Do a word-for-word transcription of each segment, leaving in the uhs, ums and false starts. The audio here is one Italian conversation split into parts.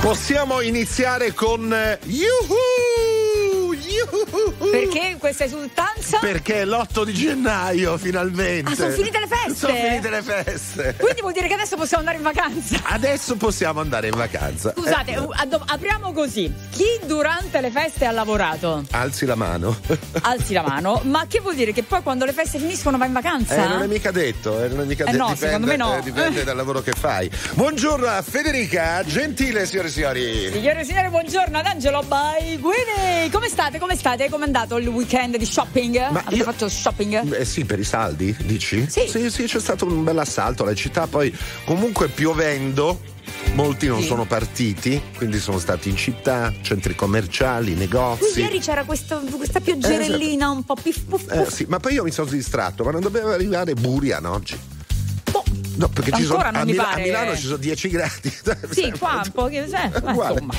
Possiamo iniziare con Yuhu! Yuhu! Perché questa esultanza? Perché è l'otto di gennaio finalmente. Ah, sono finite le feste? Sono finite le feste. Quindi vuol dire che adesso possiamo andare in vacanza. Adesso possiamo andare in vacanza. Scusate, eh. ad- apriamo così. Chi durante le feste ha lavorato? Alzi la mano. Alzi la mano. Ma che vuol dire? Che poi quando le feste finiscono va in vacanza? Eh, non è mica detto, eh, non è mica eh detto. no, dipende, secondo me no. eh, dipende dal lavoro che fai. Buongiorno a Federica Gentile, signore e signori. Signore e signori, buongiorno ad Angelo by Guini. Come state? Come state? Come è andato il weekend di shopping? Ma Avete io... fatto shopping? Eh sì, per i saldi, dici? Sì. Sì, sì, c'è stato un bel assalto alla città, poi comunque piovendo. Molti non sì. sono partiti, quindi sono stati in città, centri commerciali, negozi. Qui ieri c'era questo, questa pioggerellina eh, un po' piff puff puff. Eh, sì, ma poi io mi sono distratto, ma non doveva arrivare Burian oggi. Boh. No, perché ci sono, Ancora non a, mi Mil- pare. a Milano ci sono dieci gradi. Sì, qua un po' che eh, ma insomma.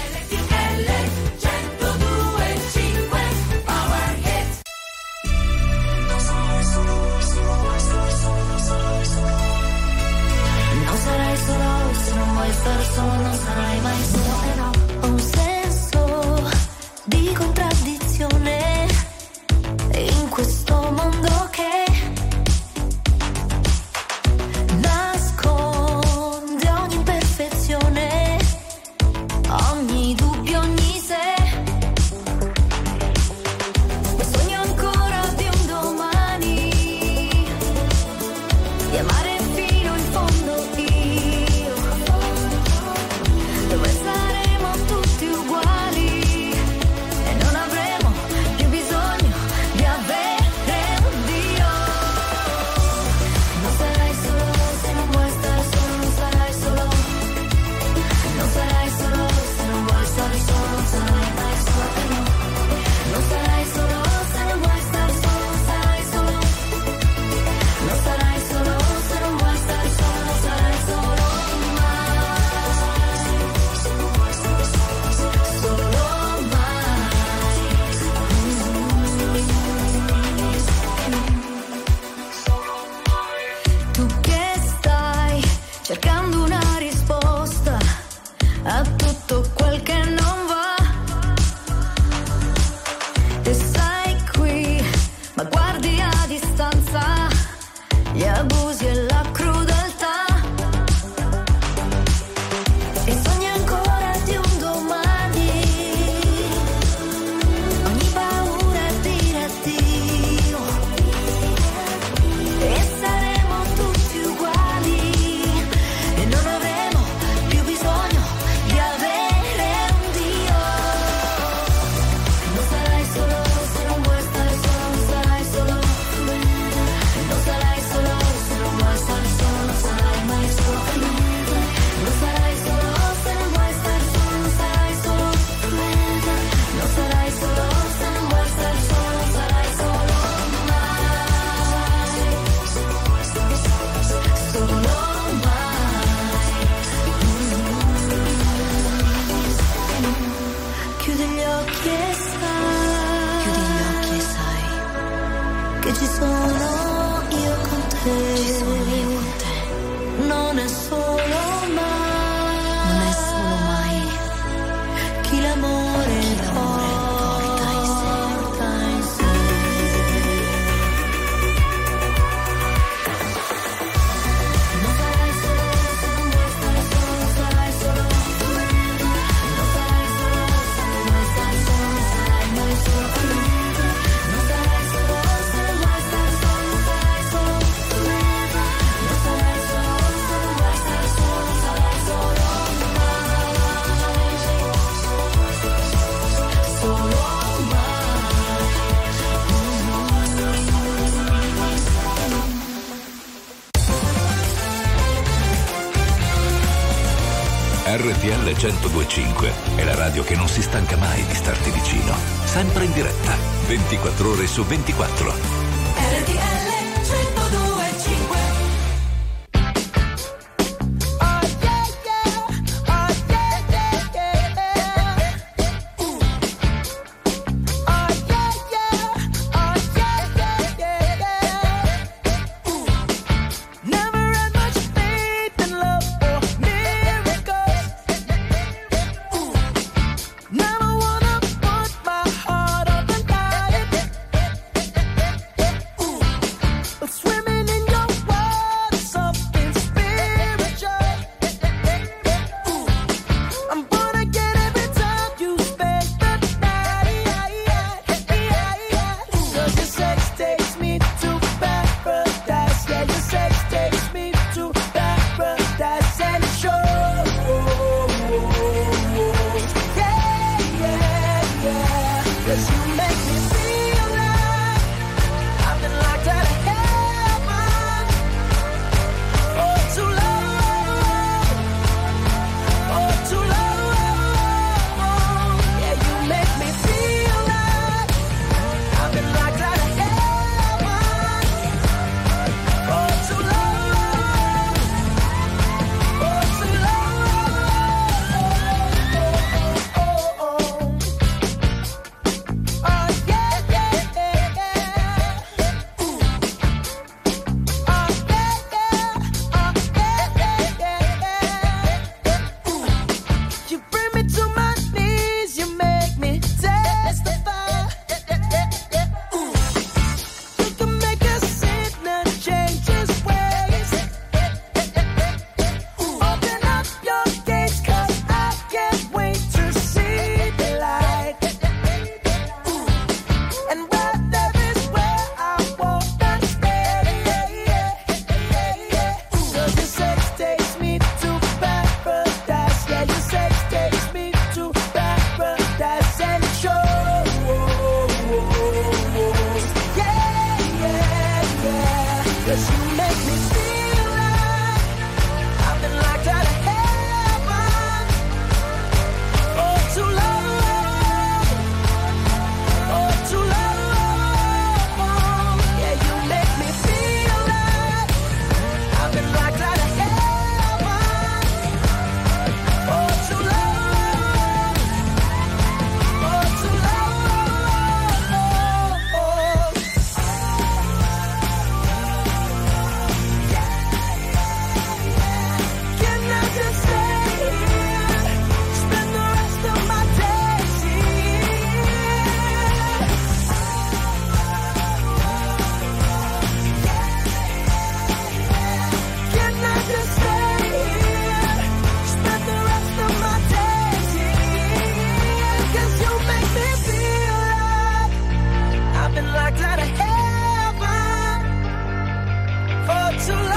Non sarai solo se non vuoi stare solo, non sarai mai solo, eh no. Ho un senso di contraddizione in questo mondo che nasconde ogni imperfezione, ogni dubbio, ogni se. Ma sogno ancora di un domani, di amare fino in fondo io, dove saremo tutti uguali e non avremo più bisogno di avere un Dio. Non sarai solo se non vuoi stare solo, non sarai solo. Non sarai solo se non vuoi stare solo, non sarai mai solo, eh no. Non sarai solo se non vuoi stare solo, non sarai solo. Non sarai solo se non vuoi stare solo, non sarai solo mai. Solo mai. Tu che stai cercando una risposta a tutto quel che non va, e sei qui, ma guardi a distanza gli abusi e la crudeltà, e sogni ancora di un domani, ogni paura è dire addio, e saremo tutti uguali e non avremo più bisogno di avere un Dio. Non sarai solo se non vuoi stare solo, non sarai solo. Non sarai solo se non vuoi stare solo, non sarai mai solo. Non sarai solo se non vuoi stare solo, non sarai solo. Non sarai solo se non vuoi stare solo, non sarai solo mai. Solo mai. Chiudi gli occhi e sai. Chiudi gli occhi e sai che ci sono io con te. Ci sono io con te. Non è solo mai. Non è solo mai. Chi l'amore, Chi l'amore porta in sé. Porta in sé. Non sarai solo se non vuoi stare solo, non sarai solo. Non sarai solo se non vuoi stare solo, non sarai mai solo. Non sarai solo se non vuoi stare solo, non sarai solo. Non sarai solo se non vuoi stare solo, non sarai solo mai. Solo R T L centodue e cinque è la radio che non si stanca mai di starti vicino, sempre in diretta, ventiquattro ore su ventiquattro. R T L centodue e cinque. Never had much faith in love or miracles. 'cause you make me feel like I've been locked out of heaven for too long, for too long. Yeah, you make me feel like I've been locked out of heaven for too long, for too long. Can I just stay here, spend the rest of my days here? Can I just stay here, spend the rest of my days here? 'Cause you make me feel like I've been locked out of heaven for too long,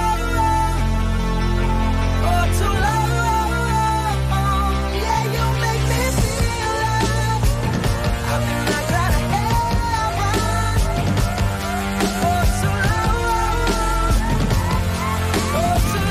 for too long. Yeah, you make me feel like I've been locked out of heaven for too long, for too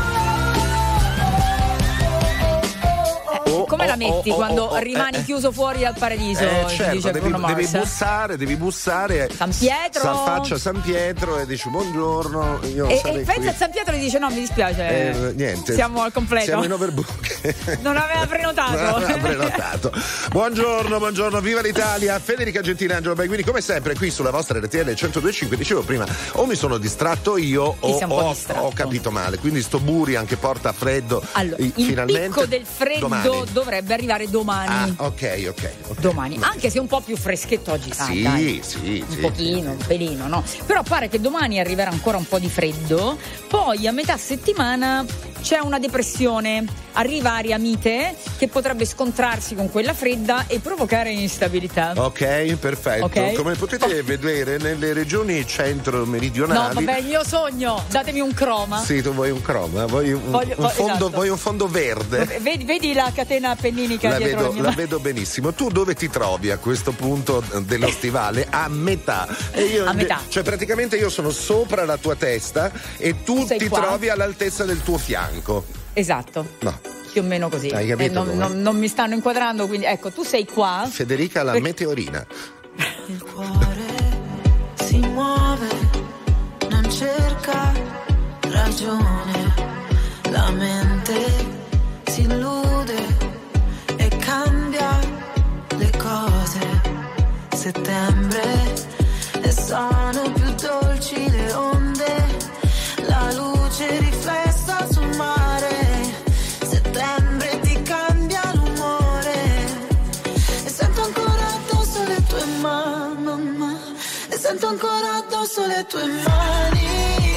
long. Come la metti oh, oh, quando oh, oh, rimani eh, chiuso fuori dal paradiso? Eh, ci certo, dice devi, Bruno devi Mars. bussare, devi bussare. San Pietro. S'affaccia San Pietro e dici buongiorno. Io E, sarei e pensa qui. a San Pietro e dice no, mi dispiace. Eh, niente. Siamo al completo. Siamo in overbook. Non aveva prenotato. Non aveva prenotato. Buongiorno, buongiorno, viva l'Italia. Federica Gentile, Angelo Baiguini, come sempre qui sulla vostra R T L centodue e cinque. Dicevo prima, o mi sono distratto io Ti o sei un po' ho, distratto. ho capito male. Quindi sto Buri anche porta freddo. Allora, i- il finalmente picco del freddo domani. dovrebbe arrivare domani. Ah, ok, ok. ok. Domani, anche se un po' più freschetto oggi fa, Sì, dai. sì, Un sì, pochino, un pelino, no? Però pare che domani arriverà ancora un po' di freddo, poi a metà settimana c'è una depressione, arriva aria mite che potrebbe scontrarsi con quella fredda e provocare instabilità. Ok, perfetto. Ok. Come potete vedere nelle regioni centro-meridionali. No, vabbè, il mio sogno, datemi un croma. Sì, tu vuoi un croma, vuoi un, Voglio- un vo- fondo, esatto. vuoi un fondo verde. Vedi, vedi la catena appenninica La dietro vedo, la mia la mano? vedo benissimo. Tu dove ti trovi a questo punto dello stivale? A metà. E io, A metà. Cioè praticamente io sono sopra la tua testa e tu sei ti qua? trovi all'altezza del tuo fianco. Esatto. No. Più o meno così. Hai capito Eh, non, come? non- non mi stanno inquadrando, quindi ecco, tu sei qua. Federica la Per- meteorina. Il cuore si muove, non cerca ragione, la mente si illude e cambia le cose. Settembre e sono più dolci le onde, la luce riflessa sul mare. Settembre ti cambia l'umore e sento ancora addosso le tue mani, e sento ancora addosso le tue mani.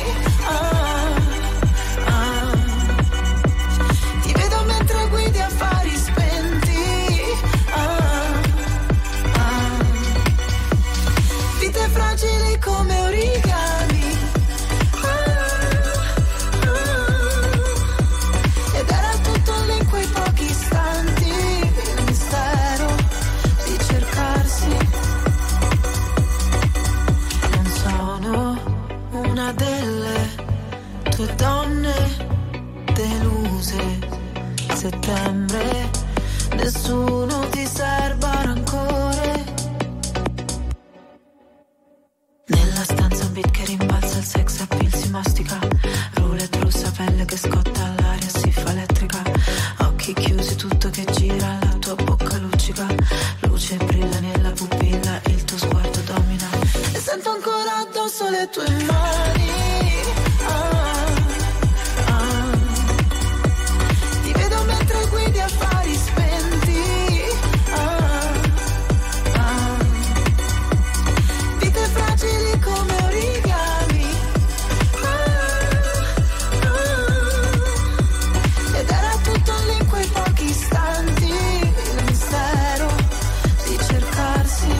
Ah, ah. Ti vedo mentre guidi affari spenti. Ah, ah. Vite fragili come origami. Ah, ah. Ed era tutto lì in quei pochi istanti, il mistero di cercarsi. Non sono una delle tue donne deluse. Settembre, nessuno ti serba rancore. Nella stanza un beat che rimbalza, il sex appeal si mastica. Roulette russa, pelle che scotta, l'aria si fa elettrica. Occhi chiusi, tutto che gira, la tua bocca luccica. Luce brilla nella pupilla, il tuo sguardo domina. E sento ancora addosso le tue mani. Ah, ah. Ti vedo mentre guidi affari spenti. Ah, ah. Vite fragili come origami. Ah, ah. Ed era tutto lì in quei pochi istanti, il mistero di cercarsi.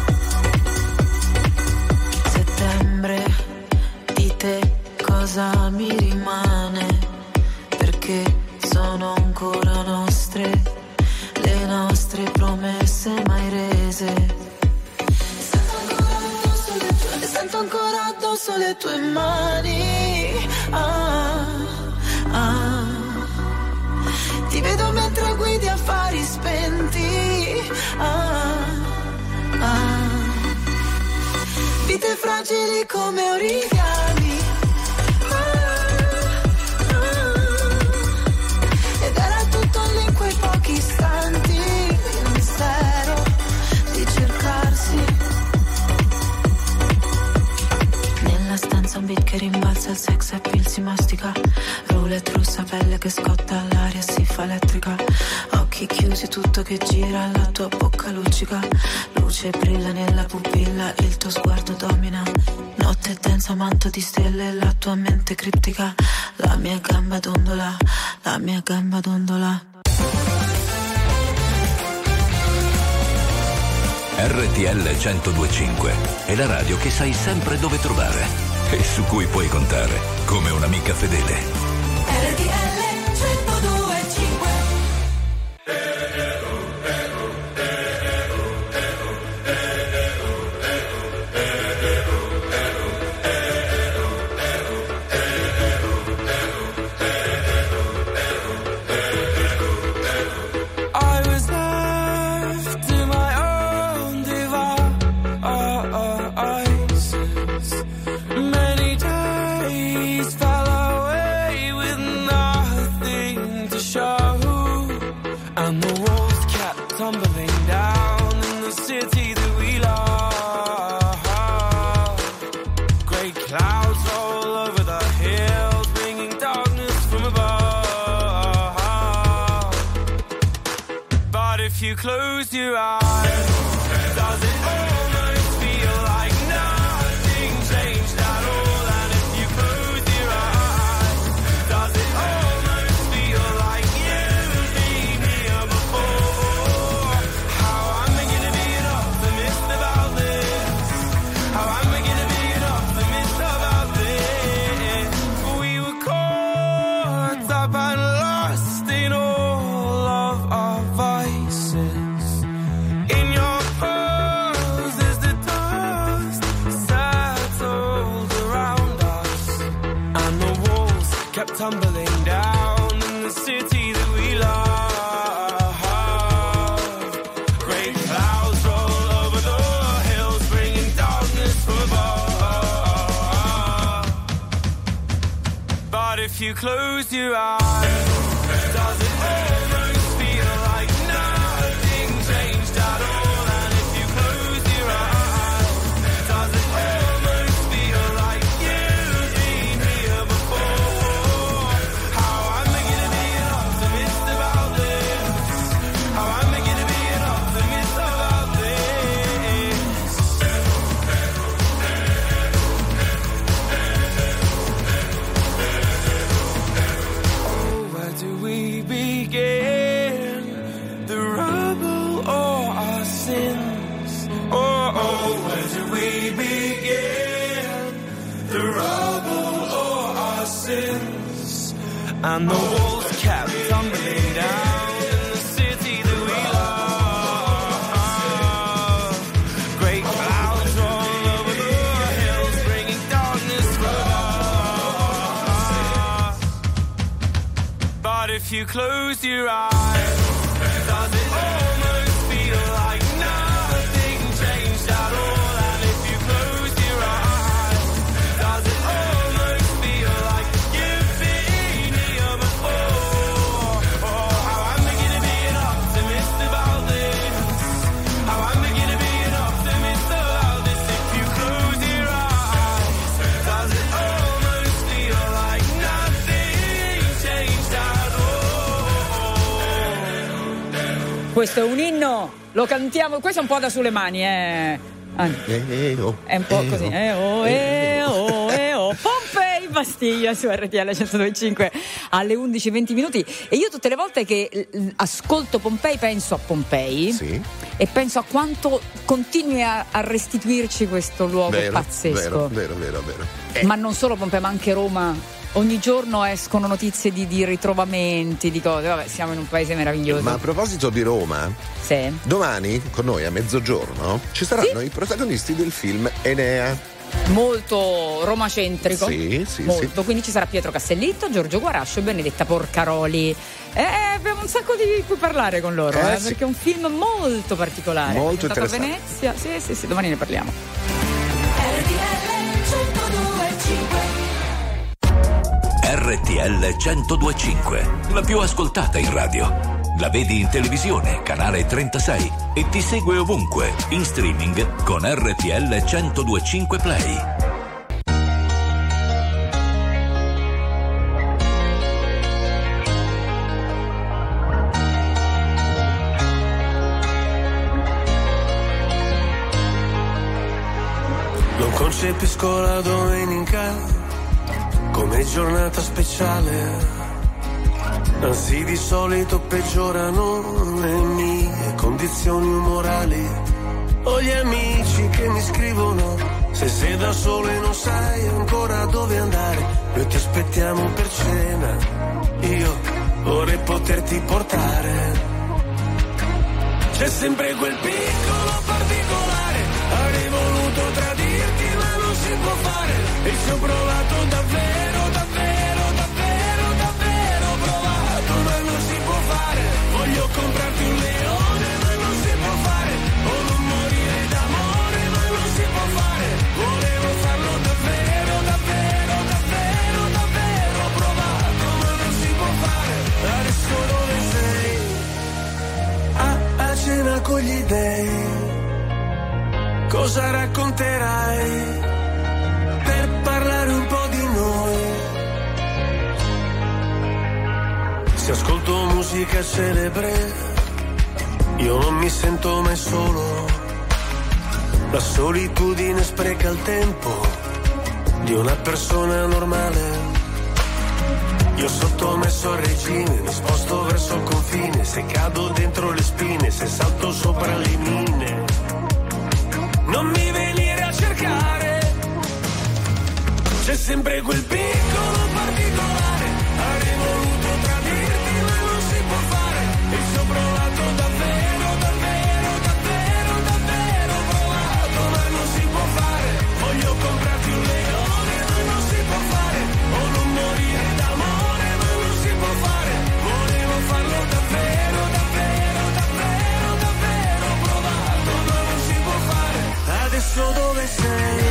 Settembre, di te cosa mi rimane? Perché sono ancora nostre le nostre promesse mai rese. Sento ancora addosso le tue, sento ancora addosso addosso le tue mani. Ah, ah. Ti vedo mentre guidi affari spenti. Ah, ah. Vite fragili come origami. Ah, ah. Ed era tutto lì in quei pochi istanti. Il mistero di cercarsi. Nella stanza un beat che rimbalza, il sex appeal si mastica. Roulette russa, pelle che scotta, l'aria si fa elettrica. Occhi chiusi, tutto che gira, la tua bocca luccica. Luce brilla nella pupilla, il tuo sguardo domina. Notte densa, manto di stelle, la tua mente criptica. La mia gamba dondola, la mia gamba dondola. R T L centodue e cinque è la radio che sai sempre dove trovare e su cui puoi contare come un'amica fedele. R T L centodue e cinque. I was left to my own devices. Many days fell away with nothing to show, and the walls kept tumbling down in the city that we love. Great clouds roll over the hills, bringing darkness from above. But if you close your eyes, does it almost feel like nothing changed at all? And if you close your eyes, does it almost feel like you've been here before? How am I gonna be an optimist about this? How am I gonna be an optimist about this? We were caught up and lost in all of our vices. In your poses the dust settled around us, and the walls kept tumbling down in the city that we love. Great clouds roll over the hills, bringing darkness from above. But if you close your eyes, does it almost feel like nothing changed at all? And if you close your eyes, does it almost feel like you've been here before? How am I gonna be an optimist about this? How am I gonna be an optimist about this? Oh, where do we begin? The rubble or our sins? Oh, oh, where do we begin? The rubble or our sins? And the walls kept tumbling down in the city that we love. Great clouds roll over the hills, bringing darkness from above. But if you close your eyes, does it almost feel like nothing changed at all? And if you close your eyes, does it almost feel like you've been here before? Oh, how am I gonna be an optimist about this? How am I gonna be an optimist about this? If you close your eyes, does it almost feel like nothing changed at all? Questo è un inno, lo cantiamo, questo è un po' da sulle mani, eh. Ah, Eh, eh, oh, è un po' eh, così, oh. eh oh, eh oh, eh oh. Pompei Bastiglia su R T L centodue e cinque alle undici e venti minuti. E io tutte le volte che eh, ascolto Pompei penso a Pompei, Sì. e penso a quanto continui a, a restituirci questo luogo Vero, pazzesco. vero, vero, vero, vero. Eh, Ma non solo Pompei, ma anche Roma. Ogni giorno escono notizie di, di ritrovamenti, di cose. Vabbè, siamo in un paese meraviglioso. Ma a proposito di Roma, Sì. domani con noi a mezzogiorno ci saranno i protagonisti del film Enea. molto romacentrico. Sì, sì, molto. sì. Quindi ci sarà Pietro Castellitto, Giorgio Guarascio e Benedetta Porcaroli. Eh, abbiamo un sacco di cui parlare con loro, Eh, eh, sì. perché è un film molto particolare. Molto è stato a interessante. Venezia. Sì, sì, sì, domani ne parliamo. R T L centodue e cinque, la più ascoltata in radio. La vedi in televisione, canale trentasei, e ti segue ovunque, in streaming con R T L centodue e cinque Play. Non concepisco la domenica come giornata speciale. Anzi, di solito peggiorano le mie condizioni umorali. Ho gli amici che mi scrivono: se sei da solo e non sai ancora dove andare, noi ti aspettiamo per cena. Io vorrei poterti portare. C'è sempre quel piccolo particolare. Avrei voluto tradirti ma non si può fare. E ci ho provato davvero, davvero, davvero, davvero provato, ma non si può fare. Voglio comprarti un leone ma non si può fare. O non morire d'amore ma non si può fare. Volevo farlo davvero, davvero, davvero, davvero provato, ma non si può fare. Adesso dove sei? A, a cena con gli dèi. Cosa racconterai per parlare un po' di noi? Se ascolto musica celebre, io non mi sento mai solo. La solitudine spreca il tempo di una persona normale. Io sottomesso al regime, mi sposto verso il confine. Se cado dentro le spine, se salto sopra le mine, non mi venire a cercare. C'è sempre quel piccolo particolare. Avrei voluto tradirti ma non si può fare. E ci ho provato davvero, davvero, davvero, davvero provato, ma non si può fare. Voglio comprarti un leone ma non si può fare. O non morire d'amore ma non si può fare. Volevo farlo davvero, davvero, davvero, davvero provato, ma non si può fare. Adesso dove sei?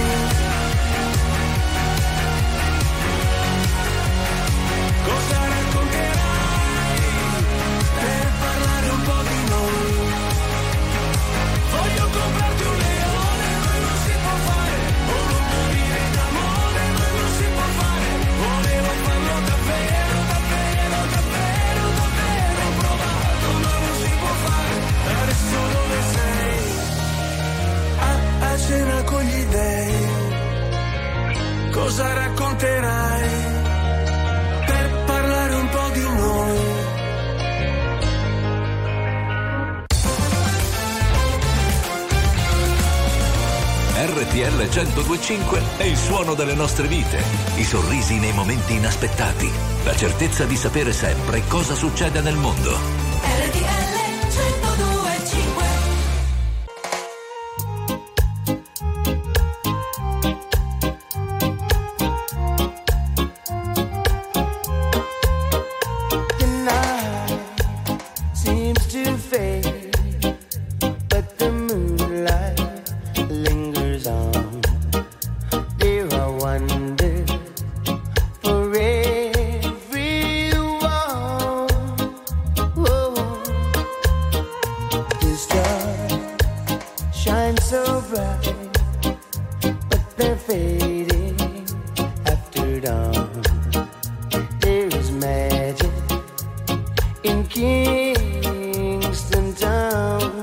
Cosa racconterai per parlare un po' di noi? Voglio comprarti un leone ma non si può fare. O non morire d'amore ma non si può fare. Volevo farlo davvero, davvero, davvero, davvero provato, ma non si può fare. Adesso dove sei? A, a cena con gli dèi. Cosa racconterai per parlare un po' di noi? R T L centodue e cinque è il suono delle nostre vite, i sorrisi nei momenti inaspettati, la certezza di sapere sempre cosa succede nel mondo. R T L centodue e cinque. The night seems to fade, but the moonlight lingers on. There I wonder for everyone. Whoa. The stars shine so bright, but they're fading after dawn. There is magic in Kingston Town.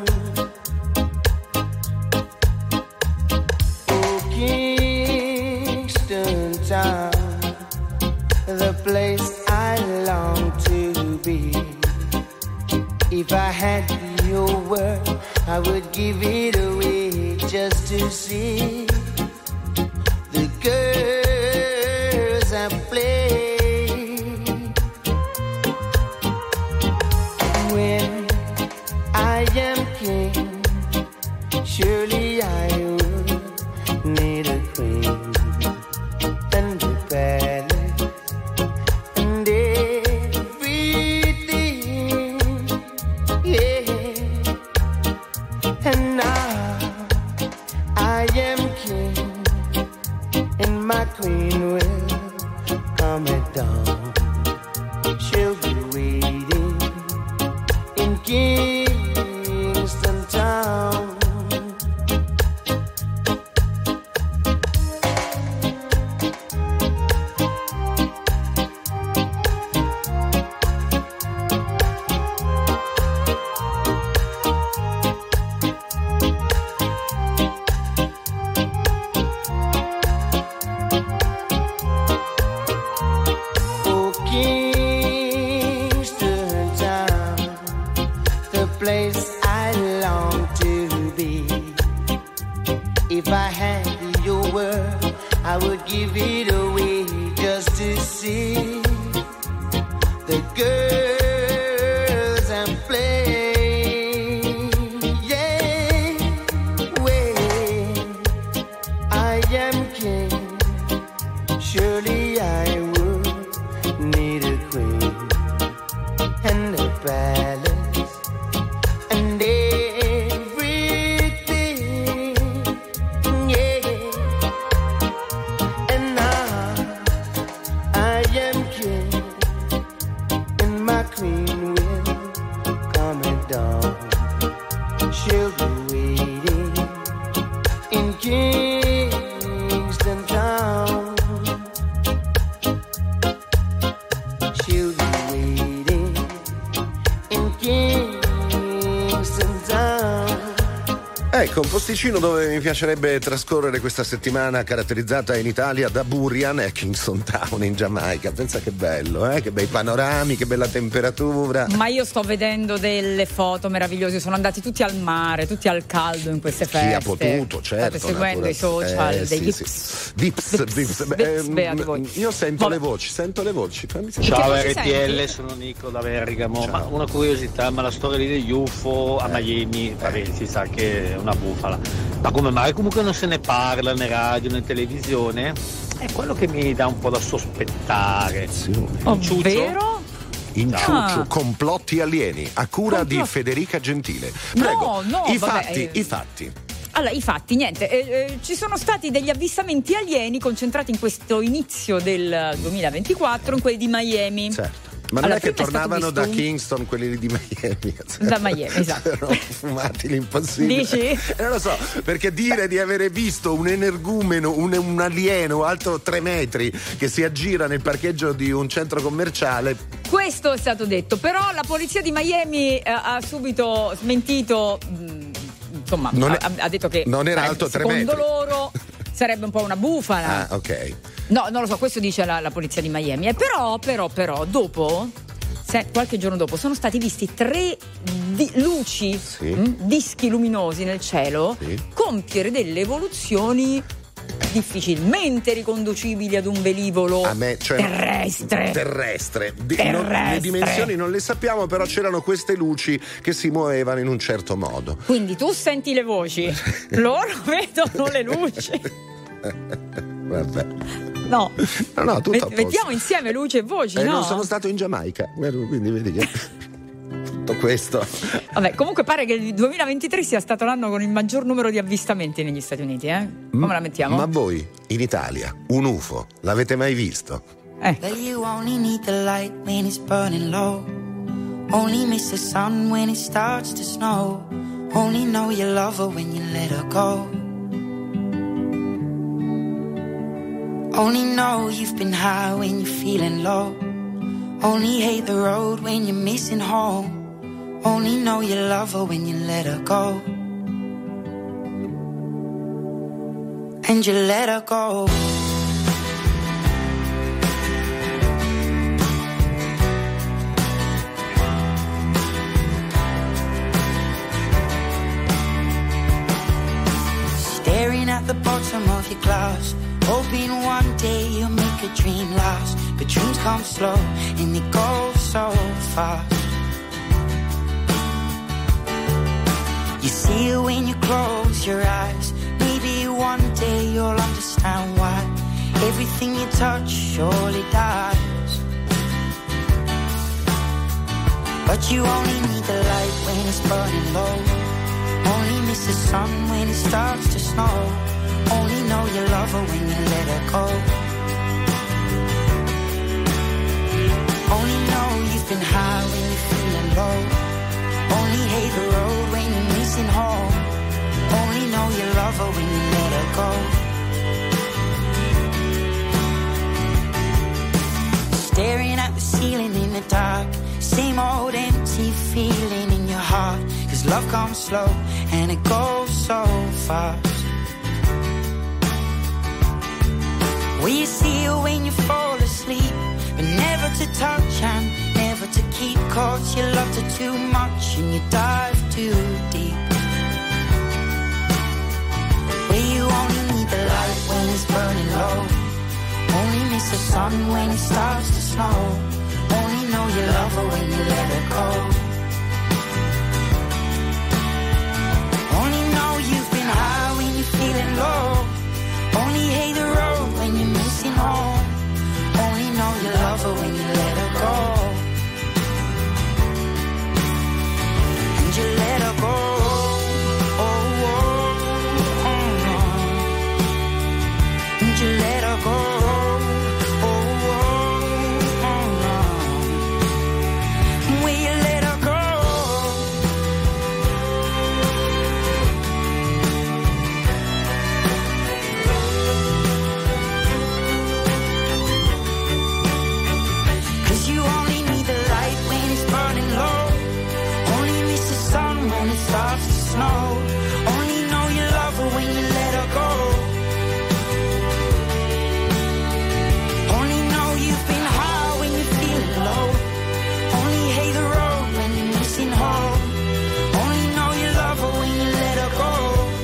Oh, Kingston Town, the place I long to be. If I had your word, I would give it away just to see the girls I play. When I am king, surely I would need a queen. queen will come at dawn. She'll be waiting in Kingston Town. Oh, Kingston Town, the place I long to be. If I had your word, I would give it away just to see the girls and play. Yeah, when I am king, surely I would need a queen and a palace and everything. Yeah, and now I am king, and my queen will come at dawn. She'll be waiting in Kingston Town. She'll be waiting in Kingston Town. Ecco, un posticino dove mi piacerebbe trascorrere questa settimana, caratterizzata in Italia da Burian e Kingston Town in Giamaica. Pensa che bello, eh? Che bei panorami, che bella temperatura. Ma io sto vedendo delle foto meravigliose, sono andati tutti al mare, tutti al caldo in queste feste. Chi ha potuto, certo. State seguendo natura- i social eh, dei sì, Vips. sì. Vips, Vips, Vips. Vips, Beh, beati ehm, voi. io sento Vabbè. le voci, sento le voci. Fammi sentire. Ciao Che voce R T L, senti? sono Nico da Bergamo. Ciao. Ma una curiosità, ma la storia lì degli U F O a Miami, vabbè, si sa che è una bufala. Ma come mai comunque non se ne parla né radio né televisione? È quello che mi dà un po' da sospettare. Ciuccio? Ovvero? Inciuccio, Ah. complotti alieni, a cura di Complotti. Federica Gentile. No, Prego, no, i vabbè, fatti, eh. i fatti. Allora, i fatti, niente, eh, eh, ci sono stati degli avvistamenti alieni concentrati in questo inizio del duemilaventiquattro, in quelli di Miami. Certo. Ma non Allora, è che prima è stato tornavano da visto un- Kingston quelli lì di Miami. Da Miami, esatto. Erano fumati l'impossibile. Dici? Eh, non lo so, perché dire di avere visto un energumeno, un, un alieno alto tre metri che si aggira nel parcheggio di un centro commerciale. Questo è stato detto, però la polizia di Miami eh, ha subito smentito, mh, insomma, Non è- ha, ha detto che non era eh, alto tre secondo metri. loro sarebbe un po' una bufala. Ah, ok. No, non lo so, questo dice la, la polizia di Miami. E però, però, però, dopo, se- qualche giorno dopo, sono stati visti tre di- luci, Sì. mh, dischi luminosi nel cielo, Sì. compiere delle evoluzioni difficilmente riconducibili ad un velivolo A me, cioè, terrestre. terrestre. Di- non- Terrestre. le dimensioni non le sappiamo, però c'erano queste luci che si muovevano in un certo modo. Quindi tu senti le voci, loro vedono le luci. Vabbè. No, No, no, tutto Ve- a posto. vediamo insieme luce e voci, Eh, no? non sono stato in Giamaica, quindi vedi che tutto questo. Vabbè, comunque pare che il duemilaventitré sia stato l'anno con il maggior numero di avvistamenti negli Stati Uniti, eh? Come la mettiamo? Ma voi in Italia un U F O l'avete mai visto? Eh. That you only need the light when it's burning low. Only miss the sun when it starts to snow. Only know you love her when you let her go. Only know you've been high when you're feeling low. Only hate the road when you're missing home. Only know you love her when you let her go. And you let her go. Staring at the bottom of your glass, hoping one day you'll make a dream last. But dreams come slow and they go so fast. You see it when you close your eyes. Maybe one day you'll understand why everything you touch surely dies. But you only need the light when it's burning low. Only miss the sun when it starts to snow. Only know you love her when you let her go. the ceiling in the dark. Same old empty feeling in your heart. Cause love comes slow and it goes so fast. Will you see her when you fall asleep? But never to touch and never to keep. Cause you loved her too much and you dive too deep. Where you only need the light when it's burning low. Only miss the sun when it starts to snow. Only know you love her when you let her go. Only know you've been high when you're feeling low. Only hate the road when you're missing home. Only know you love her when you let her go. And you let her go. Oh, oh, oh, oh. And you let her go. Oh, oh, oh, oh. Will you let her go? Cause you only need the light when it's burning low. Only miss the sun when it starts to snow. Only know you love her when you let her go. Only know you've been high when you're feeling low. Only hate the road when you're missing home. Only know you love her when you let her go.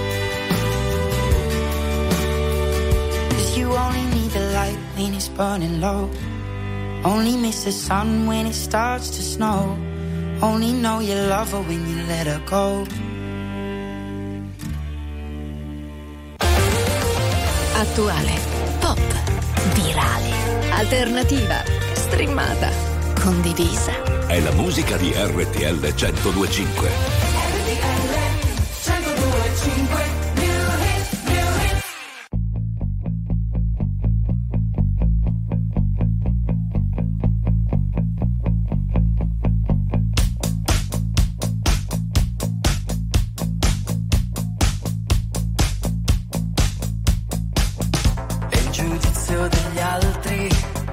Cause you only need the light when it's burning low. Only miss the sun when it starts to snow. Only know you love her when you let her go. Attuale, pop, virale, alternativa, streamata, condivisa. È la musica di R T L centodue e cinque. E il giudizio degli altri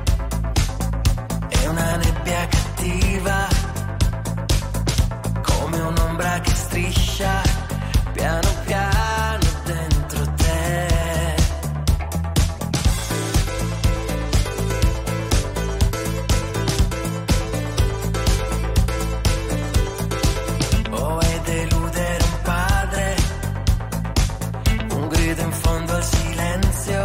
è una nebbia cattiva, come un'ombra che striscia piano piano dentro te. O è deludere un padre, un grido in fondo al silenzio,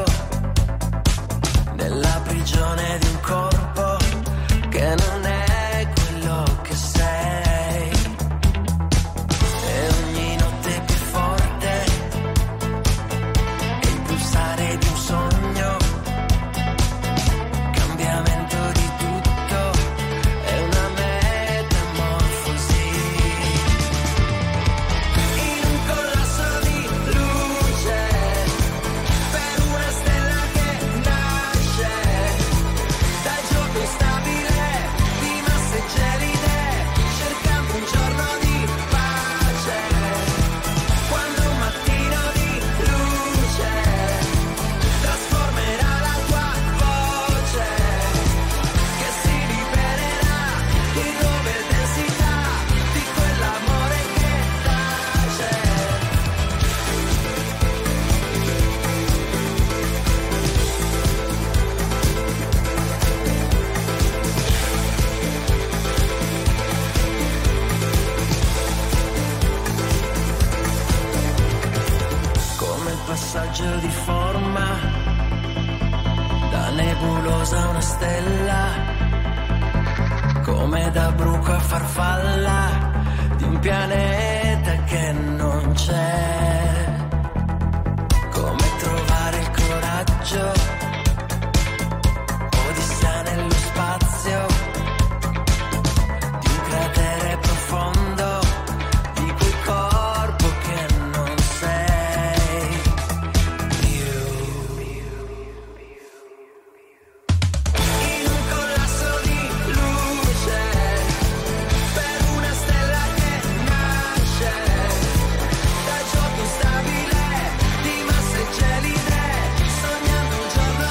nella prigione di un corpo che non è quello che sei. E ogni notte più forte è il pulsare di un sogno, cambiamento di tutto, è una metamorfosi. In un collasso di luce, per una stella che nasce dal gioco instabile di masse gelide, cercando un giorno di pace. Quando un mattino di luce trasformerà la tua voce, che si libererà di nuove densità di quell'amore che tace. Come il passaggio di forma da nebulosa a una stella, come da bruco a farfalla di un pianeta che non c'è. Come trovare il coraggio, odissea nello spazio, di un cratere profondo, di quel corpo che non sei più. In un collasso di luce, per una stella che nasce dal gioco instabile di masse gelide, sognando un giorno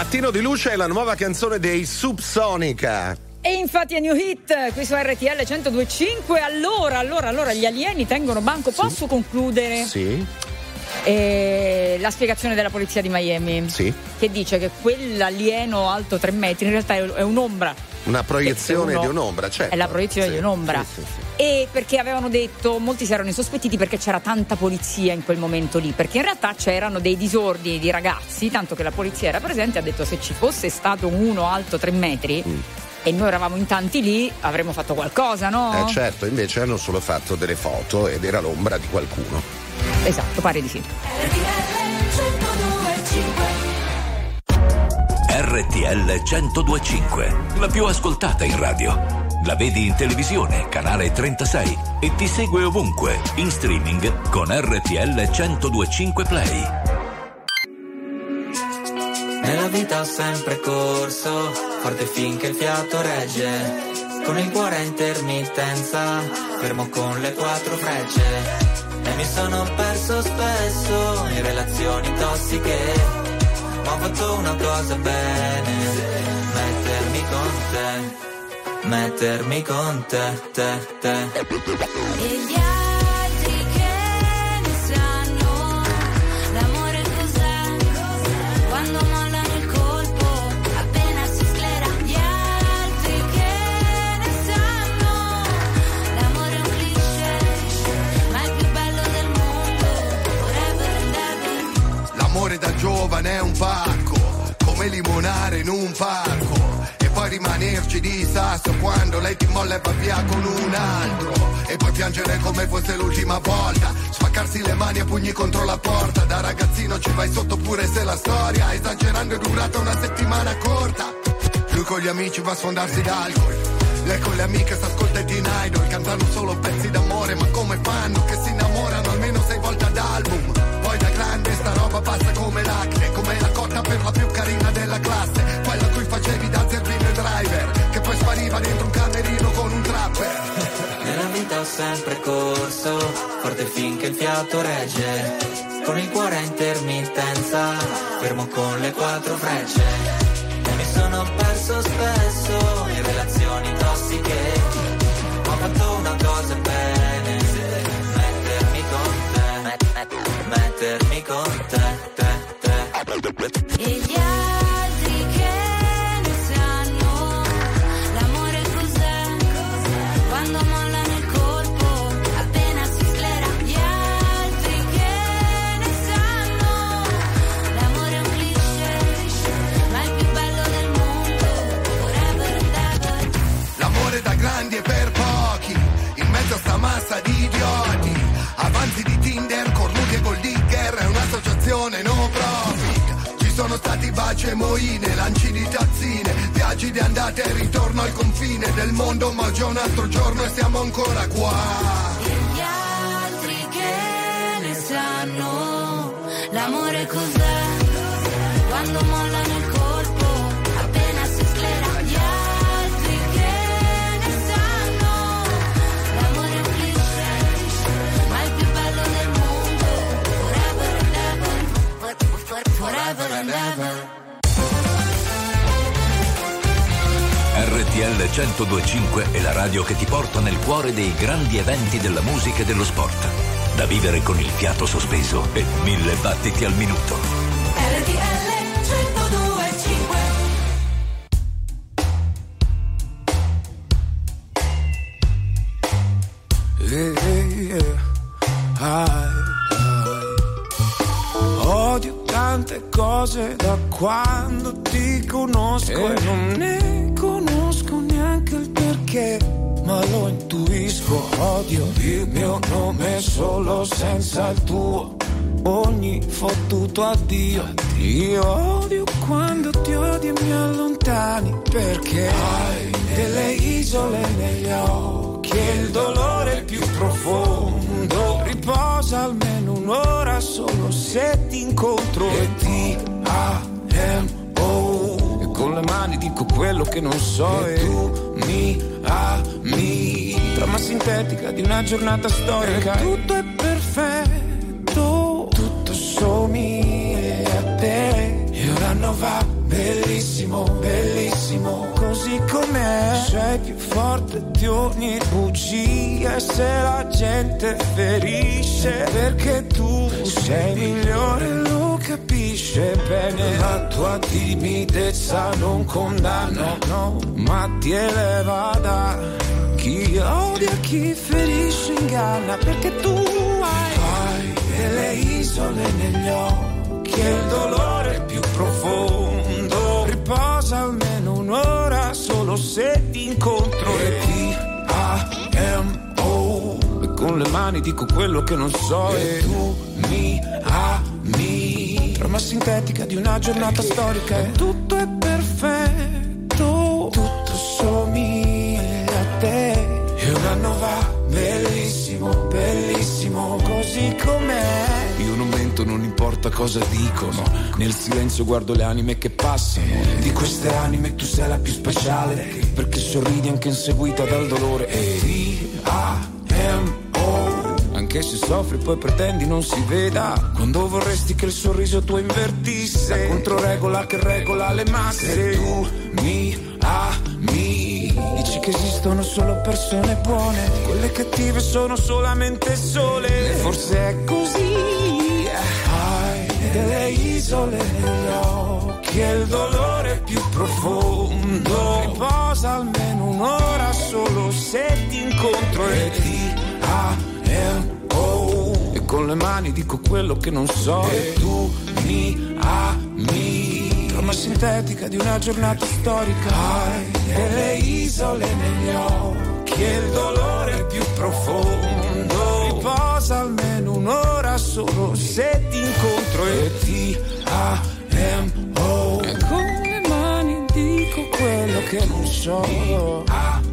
Mattino di luce è la nuova canzone dei Subsonica. E infatti è New Hit qui su R T L centodue e cinque. Allora, allora, allora gli alieni tengono banco. Posso sì. concludere? Sì. E la spiegazione della polizia di Miami, sì. che dice che quell'alieno alto tre metri in realtà è un'ombra. Una proiezione uno, di un'ombra, certo. È la proiezione sì, di un'ombra. Sì, sì, sì. E perché avevano detto, molti si erano insospettiti perché c'era tanta polizia in quel momento lì, perché in realtà c'erano dei disordini di ragazzi, tanto che la polizia era presente e ha detto se ci fosse stato uno alto tre metri mm. e noi eravamo in tanti lì, avremmo fatto qualcosa, no? Eh certo, invece hanno solo fatto delle foto ed era l'ombra di qualcuno. Esatto, pare di sì. R T L centodue e cinque, la più ascoltata in radio. La vedi in televisione, canale trentasei, e ti segue ovunque, in streaming con R T L centodue e cinque Play. Nella vita ho sempre corso, forte finché il fiato regge, con il cuore a intermittenza, fermo con le quattro frecce. E mi sono perso spesso in relazioni tossiche, ma ho fatto una cosa bene, mettermi con te. Mettermi con te, te, te. E gli altri che ne sanno, l'amore cos'è, quando mollano il colpo, appena si sclera. Gli altri che ne sanno, l'amore è un cliché, ma è il più bello del mondo, forever and ever. L'amore da giovane è un pacco, come limonare in un parco, poi rimanerci di sasso quando lei ti molla e va via con un altro, e poi piangere come fosse l'ultima volta, spaccarsi le mani a pugni contro la porta. Da ragazzino ci vai sotto pure se la storia esagerando è durata una settimana corta. Lui con gli amici va a sfondarsi d'alcol, lei con le amiche s'ascolta i Teen Idol, cantano solo pezzi d'amore, ma come fanno che si innamorano almeno sei volte ad album. Poi da grande sta roba passa come l'acne, come la cotta per la più carina della classe, quella a cui facevi da zerbino e driver, che poi spariva dentro un camerino con un trapper. Nella vita ho sempre corso, forte finché il fiato regge, con il cuore a intermittenza, fermo con le quattro frecce. E mi sono perso spesso in relazioni tossiche, ho fatto una cosa bene, mettermi con te, mettermi con te, te, te. E gli altri che ne sanno, l'amore cos'è, quando mollano il colpo, appena si sclera. Gli altri che ne sanno, l'amore è un cliché, ma è il più bello del mondo, forever and ever. L'amore da grandi e per pochi, in mezzo a sta massa di idioti, avanzi di Tinder, cornuti e gold digger, è un'associazione no profit. Ci sono stati baci e moine, lanci di tazzine, viaggi di andata e ritorno al confine del mondo, ma già un altro giorno e siamo ancora qua. E gli altri che ne sanno, l'amore cos'è, quando mollano il colpo, appena si sclera. Gli altri che ne sanno, l'amore è un cliché, ma è il più bello del mondo, forever and ever, forever and ever. R T L centodue e cinque è la radio che ti porta nel cuore dei grandi eventi della musica e dello sport. Da vivere con il fiato sospeso e mille battiti al minuto. R T L centodue e cinque. Yeah, yeah. Ai, ai. Odio tante cose da quando ti conosco e non ne conosco neanche il perché, ma lo intuisco. Odio il mio nome solo senza il tuo, ogni fottuto addio. Io odio quando ti odi e mi allontani, perché hai delle isole negli occhi e il dolore più profondo riposa almeno un'ora solo se ti incontro. E ti amo e con le mani dico quello che non so, e tu mi ami. Trama sintetica di una giornata storica, e tutto è perfetto, tutto somiglia a te, e ora non va bene bellissimo, bellissimo, così com'è. Sei più forte di ogni bugia, e se la gente ferisce, perché tu sei migliore, lo capisce bene. La tua timidezza non condanno, no, ma ti eleva da chi odia, chi ferisce, inganna, perché tu hai, hai delle isole negli occhi e il dolore più profondo. Riposa almeno un'ora solo se ti incontro. E T A M O, e con le mani dico quello che non so. E tu mi ami, trama sintetica di una giornata storica. E tutto è perfetto, tutto somiglia a te. E un anno va, bellissimo, bellissimo, così com'è. Io non mento, non importa cosa dicono, nel silenzio guardo le anime che passano. Di queste anime tu sei la più speciale, perché sorridi anche inseguita dal dolore. E T A M O, anche se soffri poi pretendi non si veda, quando vorresti che il sorriso tuo invertisse la controregola che regola le masse. E tu mi ami, dici che esistono solo persone buone, quelle cattive sono solamente sole. Forse è così. Hai delle isole negli occhi e il dolore più profondo. Riposa almeno un'ora solo se ti incontro. E T A M O, e con le mani dico quello che non so. E tu mi ami, trama sintetica di una giornata storica. Hai delle isole negli occhi e il dolore più profondo. Riposa almeno un'ora solo se ti incontro. E T A M O, e con le mani dico quello che non so.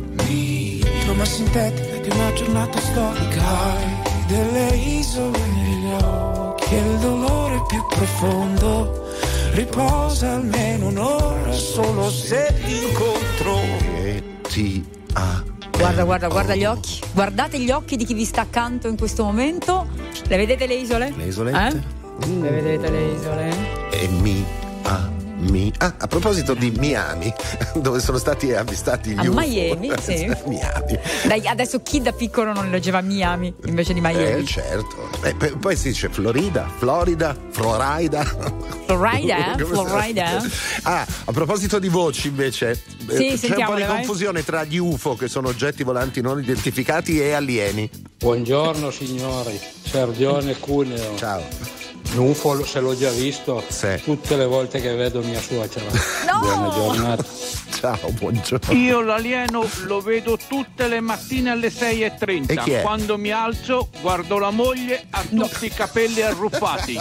Trama sintetica di una giornata storica. Hai delle isole negli occhi e il dolore più profondo. Riposa almeno un'ora solo se ti incontro. E T A. Guarda, guarda, guarda gli occhi. Guardate gli occhi di chi vi sta accanto in questo momento. Le vedete le isole? Le isolette? Eh? Mm. Le vedete le isole? E mi a mi. Ah, a proposito di Miami, dove sono stati avvistati gli a U F O. Miami, sì. Miami. Dai, adesso chi da piccolo non leggeva Miami invece di Miami? Eh, certo. Eh, p- poi si dice Florida, Florida, Florida. Florida, Florida. Ah, a proposito di voci invece, sì, eh, c'è un po' di vai. confusione tra gli U F O, che sono oggetti volanti non identificati, e alieni. Buongiorno signori, Sergione Cuneo. Ciao. Un U F O se l'ho già visto sì. tutte le volte che vedo mia suocera. No! Buona giornata. Ciao, buongiorno. Io l'alieno lo vedo tutte le mattine alle sei e trenta. E chi è? Quando mi alzo guardo la moglie, ha tutti no. i capelli arruffati.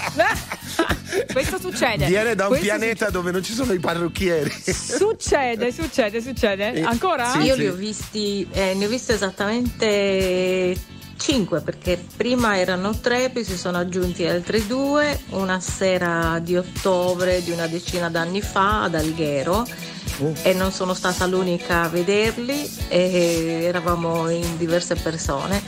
Questo succede. Viene da un Questo pianeta succede. dove non ci sono i parrucchieri. Succede, succede, succede. Ancora? Sì, io sì. li ho visti, eh, ne ho visti esattamente cinque, perché prima erano tre, poi si sono aggiunti altri due, una sera di ottobre di una decina d'anni fa ad Alghero. Uh. E non sono stata l'unica a vederli, e eravamo in diverse persone,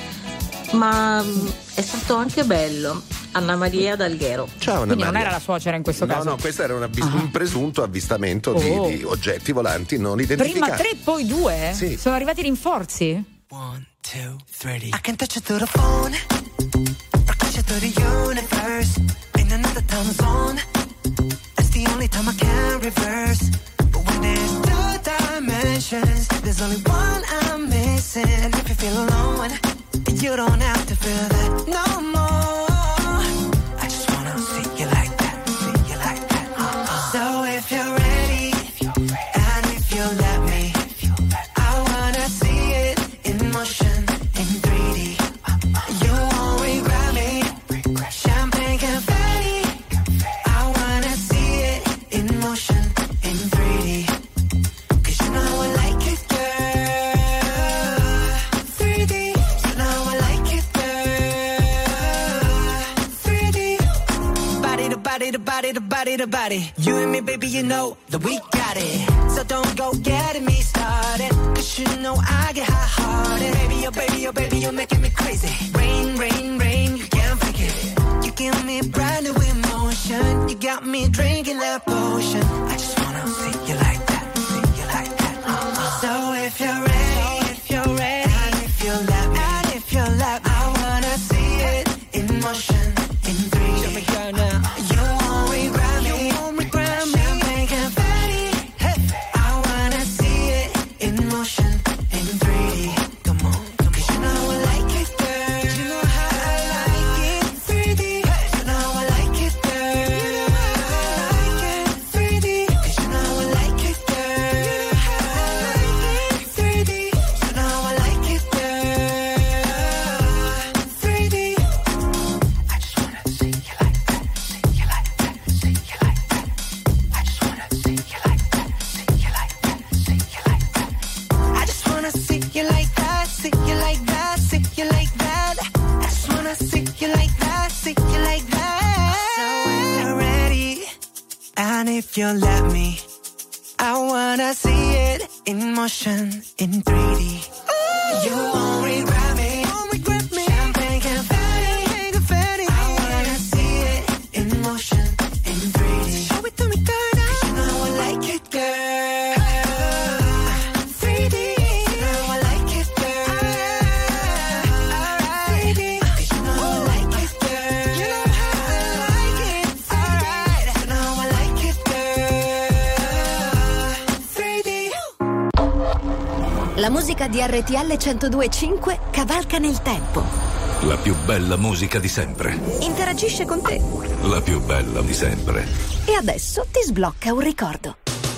ma è stato anche bello. Anna Maria d'Alghero. Ciao Anna Quindi Maria. non era la suocera in questo no, caso? No, no, questo era un, avvis- un presunto avvistamento oh. di, di oggetti volanti non identificati. Prima tre, poi due? Sì. Sono arrivati i rinforzi? One, two, three. I can touch you through the phone, or touch you through the universe. In another time zone, that's the only time I can reverse. But when there's two dimensions, there's only one I'm missing. And if you feel alone, you don't have to feel that no more. I just wanna see you like that, see you like that. Uh-uh. So if you're ready, if you're ready, and if you let me, if you let me, I wanna see it in motion, in three D. You won't regret me. Champagne confetti. I wanna see it in motion, in three D. Cause you know I like it, girl. three D. You know I like it, girl. three D. Body to body to body to body to body. You and me, baby, you know that we got it. So don't go getting me started. Cause you know I get hot-hearted. Baby, oh baby, oh baby, you're making me crazy. Rain, rain, rain, you can't fake it. You give me brand new emotion. You got me drinking that potion. I just wanna see you And if you let me, I wanna see it in motion in three D. You won't regret me. Won't regret me. Champagne confetti, confetti. I wanna see it in motion in three D. Show it to me, girl. You know I like it, girl. three D. You know I like it, girl. Alright. three D. You know I like it, girl. You know how I like it. Alright. You know I like it, girl. three D. La musica di R T L centodue e cinque cavalca nel tempo. La più bella musica di sempre. Interagisce con te. La più bella di sempre. E adesso ti sblocca un ricordo.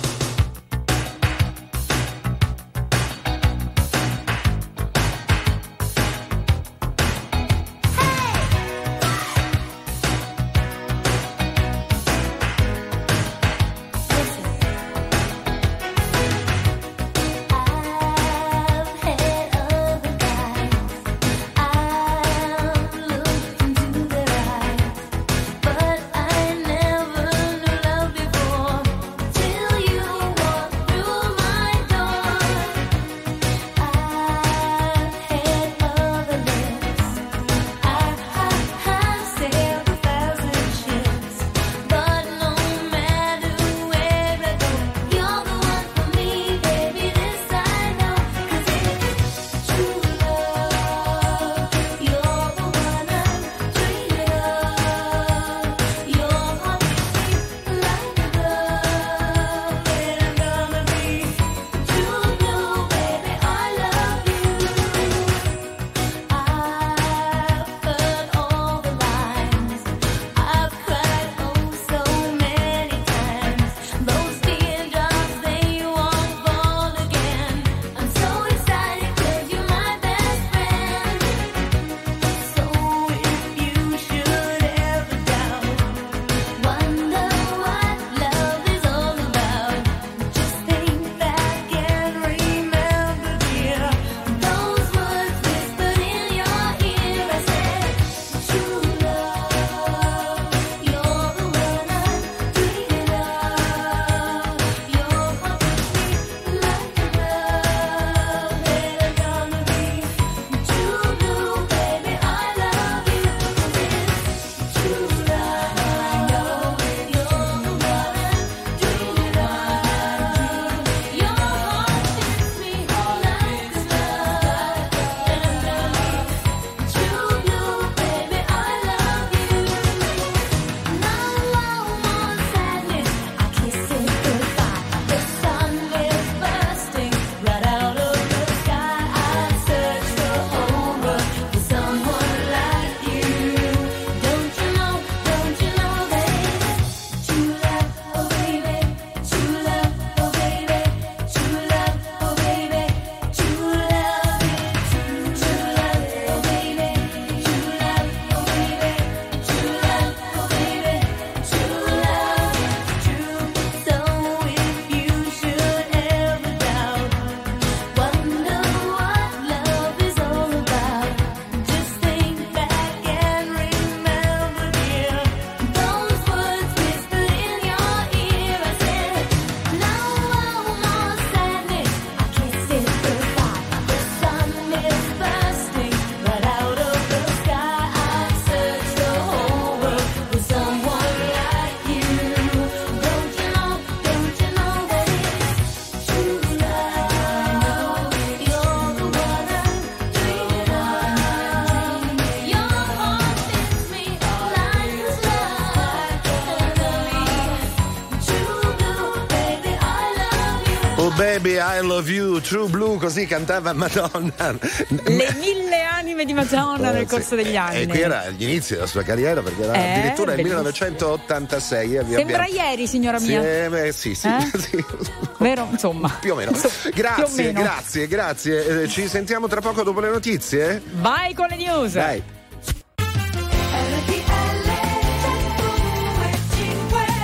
Baby I Love You, True Blue, così cantava Madonna. Le mille anime di Madonna Eh, nel sì. corso degli anni. E qui era agli inizi della sua carriera, perché era Eh, addirittura nel bellissimo. millenovecentottantasei. E vi Sembra abbiamo- ieri, signora Sì, mia. eh, beh, sì, sì, Eh? sì. Vero? Insomma. Più o meno. Più o Grazie, meno. grazie, grazie. Eh, ci sentiamo tra poco dopo le notizie. Vai con le news. Dai.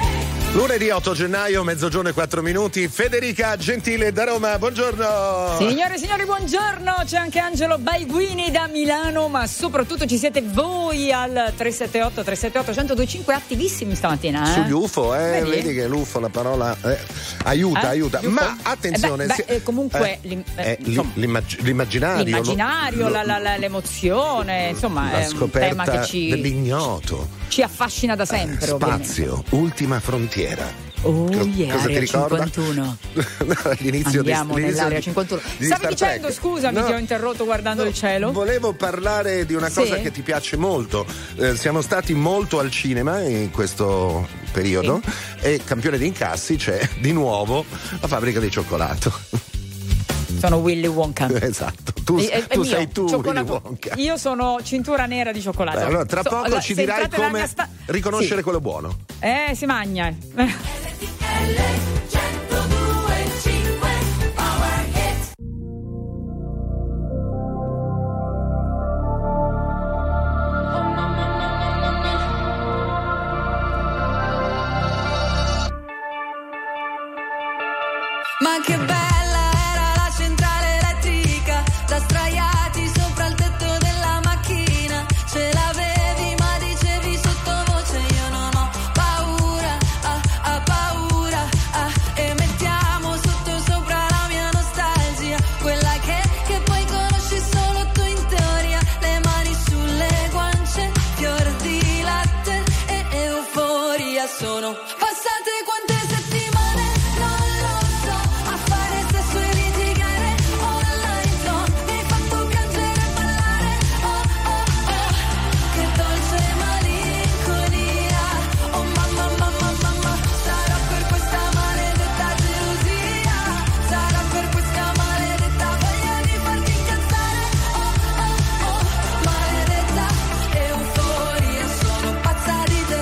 Lunedì otto gennaio, mezzogiorno e quattro minuti. Federica Gentile da Roma, buongiorno. Signore e signori, buongiorno. C'è anche Angelo Baiguini da Milano, ma soprattutto ci siete voi al tre sette otto tre sette otto uno zero due cinque, attivissimi stamattina. Eh? Sugli U F O, eh? Vedi? Vedi che l'U F O, la parola eh, aiuta, Eh? aiuta. Gli U F O? Ma attenzione, Eh beh, si- beh, eh, comunque eh, l'im- eh, eh, insomma, l'immag- l'immaginario, l'immaginario, lo- la- la- la- l'emozione, insomma, la è un tema scoperta che ci, dell'ignoto. ci affascina da sempre. ovviamente. Spazio, ultima frontiera. Oh yeah, Cosa ti area ricorda? cinquantuno. No, all'inizio Andiamo di, nell'area di- cinquantuno. di Stavi Star dicendo, Trek. scusami, No, ti ho interrotto guardando il cielo. Volevo parlare di una Sì? cosa che ti piace molto. Eh, siamo stati molto al cinema in questo periodo e campione di incassi c'è di nuovo la fabbrica di cioccolato. Sono Willy Wonka. Esatto, tu, E- e- tu è mio, sei tu Willy cioccolato. Wonka. Io sono cintura nera di cioccolato. Beh, allora tra So- poco allora, ci se dirai entrate nella come mia sta- riconoscere Sì. quello buono. Eh, si magna. Ma che bella era la centrale elettrica, da sdraiati sopra il tetto della macchina. Ce l'avevi ma dicevi sottovoce io non ho paura, ah, ah, paura, ah. E mettiamo sotto sopra la mia nostalgia, quella che, che poi conosci solo tu in teoria. Le mani sulle guance, fior di latte e euforia. Sono passate quante settimane, non lo so, a fare sesso e litigare online zone. Mi hai fatto piangere e ballare, oh oh oh, che dolce malinconia. Oh mamma mamma mamma, sarà per questa maledetta gelosia, sarà per questa maledetta voglia di farti incazzare, oh oh oh, maledetta euforia. Sono pazza di te,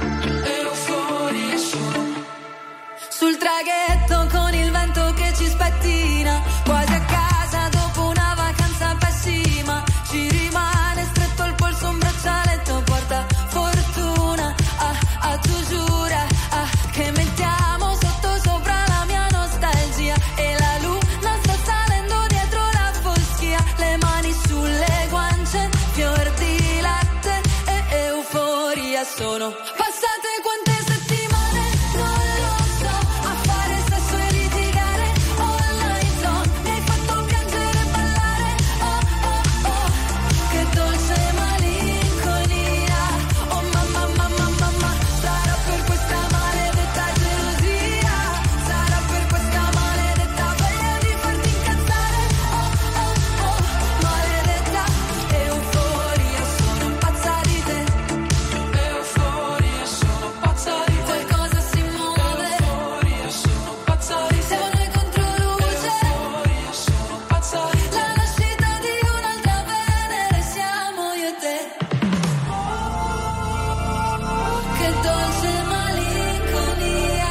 euforia sono. Sul traghetto con il vento che ci spettina, quasi a casa dopo una vacanza pessima. Ci rimane stretto al polso un braccialetto porta fortuna, ah, ah, tu giura, ah, che mettiamo sotto sopra la mia nostalgia. E la luna sta salendo dietro la foschia, le mani sulle guance, fior di latte e euforia. Sono passate quante settimane, non lo so, a fare sesso e litigare online zone. Mi hai fatto piangere e ballare, oh oh oh, che dolce malinconia. Oh mamma mamma mamma, sarà per questa maledetta gelosia, sarà per questa maledetta voglia di farti incazzare, oh oh oh, maledetta euforia. Sono pazza di te, euforia, sono pazza di te. Qualcosa si muove, euforia, sono pazza di te. Siamo noi contro luce, euforia, sono pazza di te. La nascita di un'altra Venere siamo io e te. Che dolce malinconia,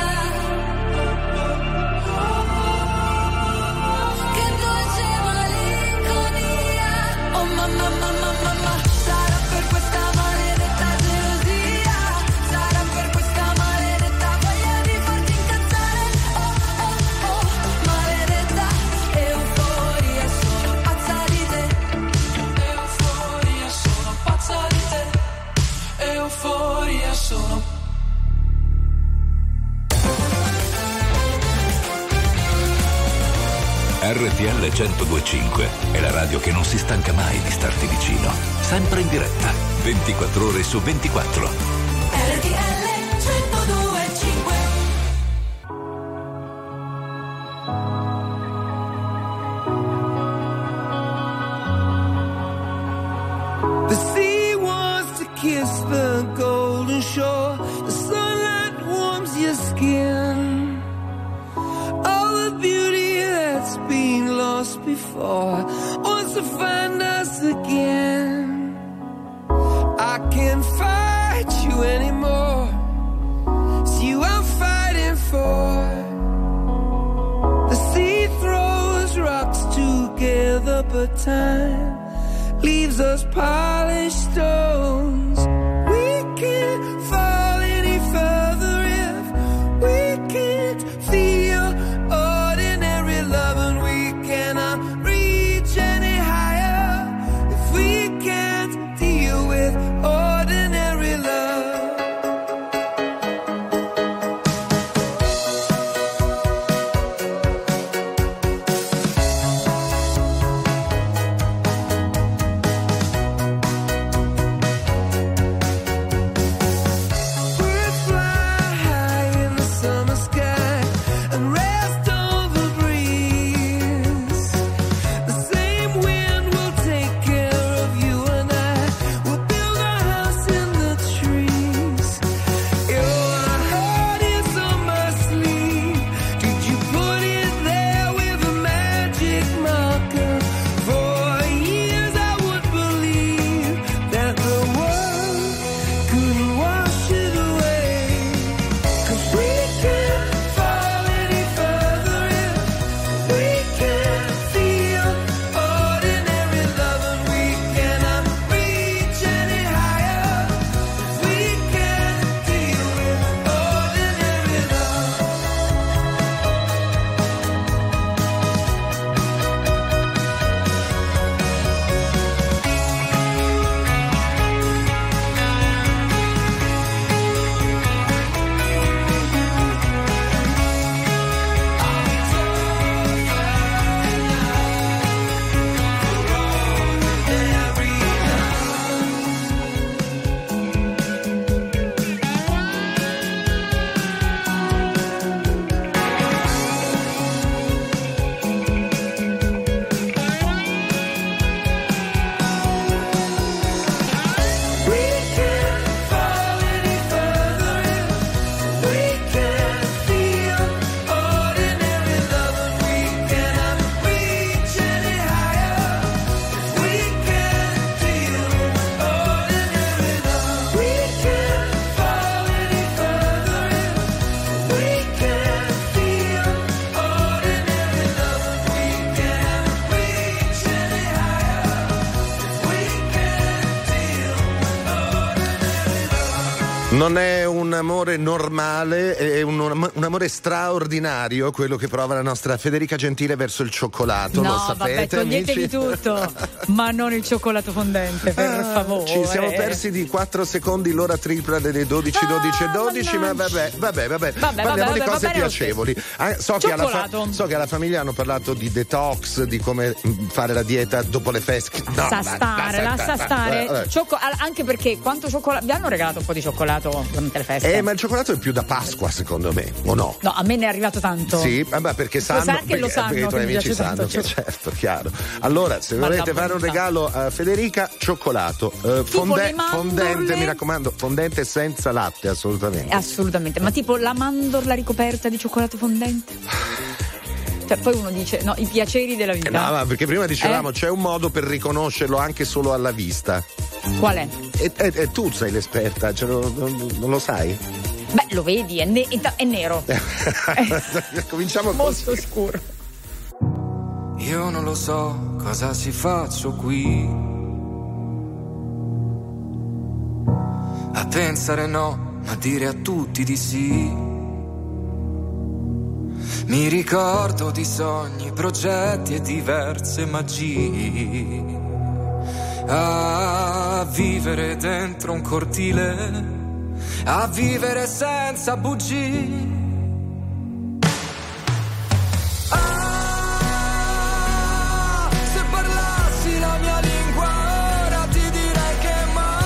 che dolce malinconia. Oh mamma mamma mamma, sarà per questa maledetta gelosia, sarà per questa maledetta voglia di farti incazzare, oh oh oh, maledetta euforia. Sono pazza di te, euforia, sono pazza di te, euforia sono. R T L centodue e cinque è la radio che non si stanca mai di starti vicino. Sempre in diretta, ventiquattro ore su ventiquattro. R T L centodue e cinque. The sea wants to kiss the golden shore. The sunlight warms your skin. All the beauty that's been lost before wants to find us again. I can't fight you anymore. It's you I'm fighting for. The sea throws rocks together, but time leaves us polished stones. We can't fall any further if Non è un amore normale, è un, un amore straordinario quello che prova la nostra Federica Gentile verso il cioccolato, no, lo sapete, vabbè, toglietevi amici? tutto, ma non il cioccolato fondente, per Ah, favore. Ci siamo persi di quattro secondi l'ora tripla delle dodici, dodici e dodici, ma vabbè, vabbè, vabbè. Vabbè, Parliamo vabbè, di va cose bene lo piacevoli. Ah, so, che alla fa- Cioccolato. so che alla famiglia hanno parlato di detox, di come mh, fare la dieta dopo le feste. No, Sta ma- stare, lascia stare. Vabbè. Ciocco- anche perché quanto cioccolato. Vi hanno regalato un po' di cioccolato durante le feste? Eh, ma il cioccolato è più da Pasqua, secondo me, o no? No, a me ne è arrivato tanto. Sì, vabbè, perché sanno, sarà che perché, lo sanno perché i tuoi che mi amici piace sanno tanto che il cioccolato. certo, chiaro. Allora, se Ma volete la fare un bontà. regalo a Federica, cioccolato. Eh, fonde- le mandorle? fondente, mi raccomando, fondente senza latte, assolutamente. Assolutamente, ma tipo la mandorla ricoperta di cioccolato fondente? Cioè, poi uno dice, no, i piaceri della vita. Eh, no, ma perché prima dicevamo Eh? c'è un modo per riconoscerlo anche solo alla vista. Qual è? E, e- e tu sei l'esperta, ce lo- non, non lo sai? Beh, lo vedi, è, ne- è nero. Cominciamo molto scuro. Io non lo so cosa si faccio qui a pensare no, ma dire a tutti di sì. Mi ricordo di sogni, progetti e diverse magie. A vivere dentro un cortile, a vivere senza bugie. Ah, se parlassi la mia lingua ora ti direi che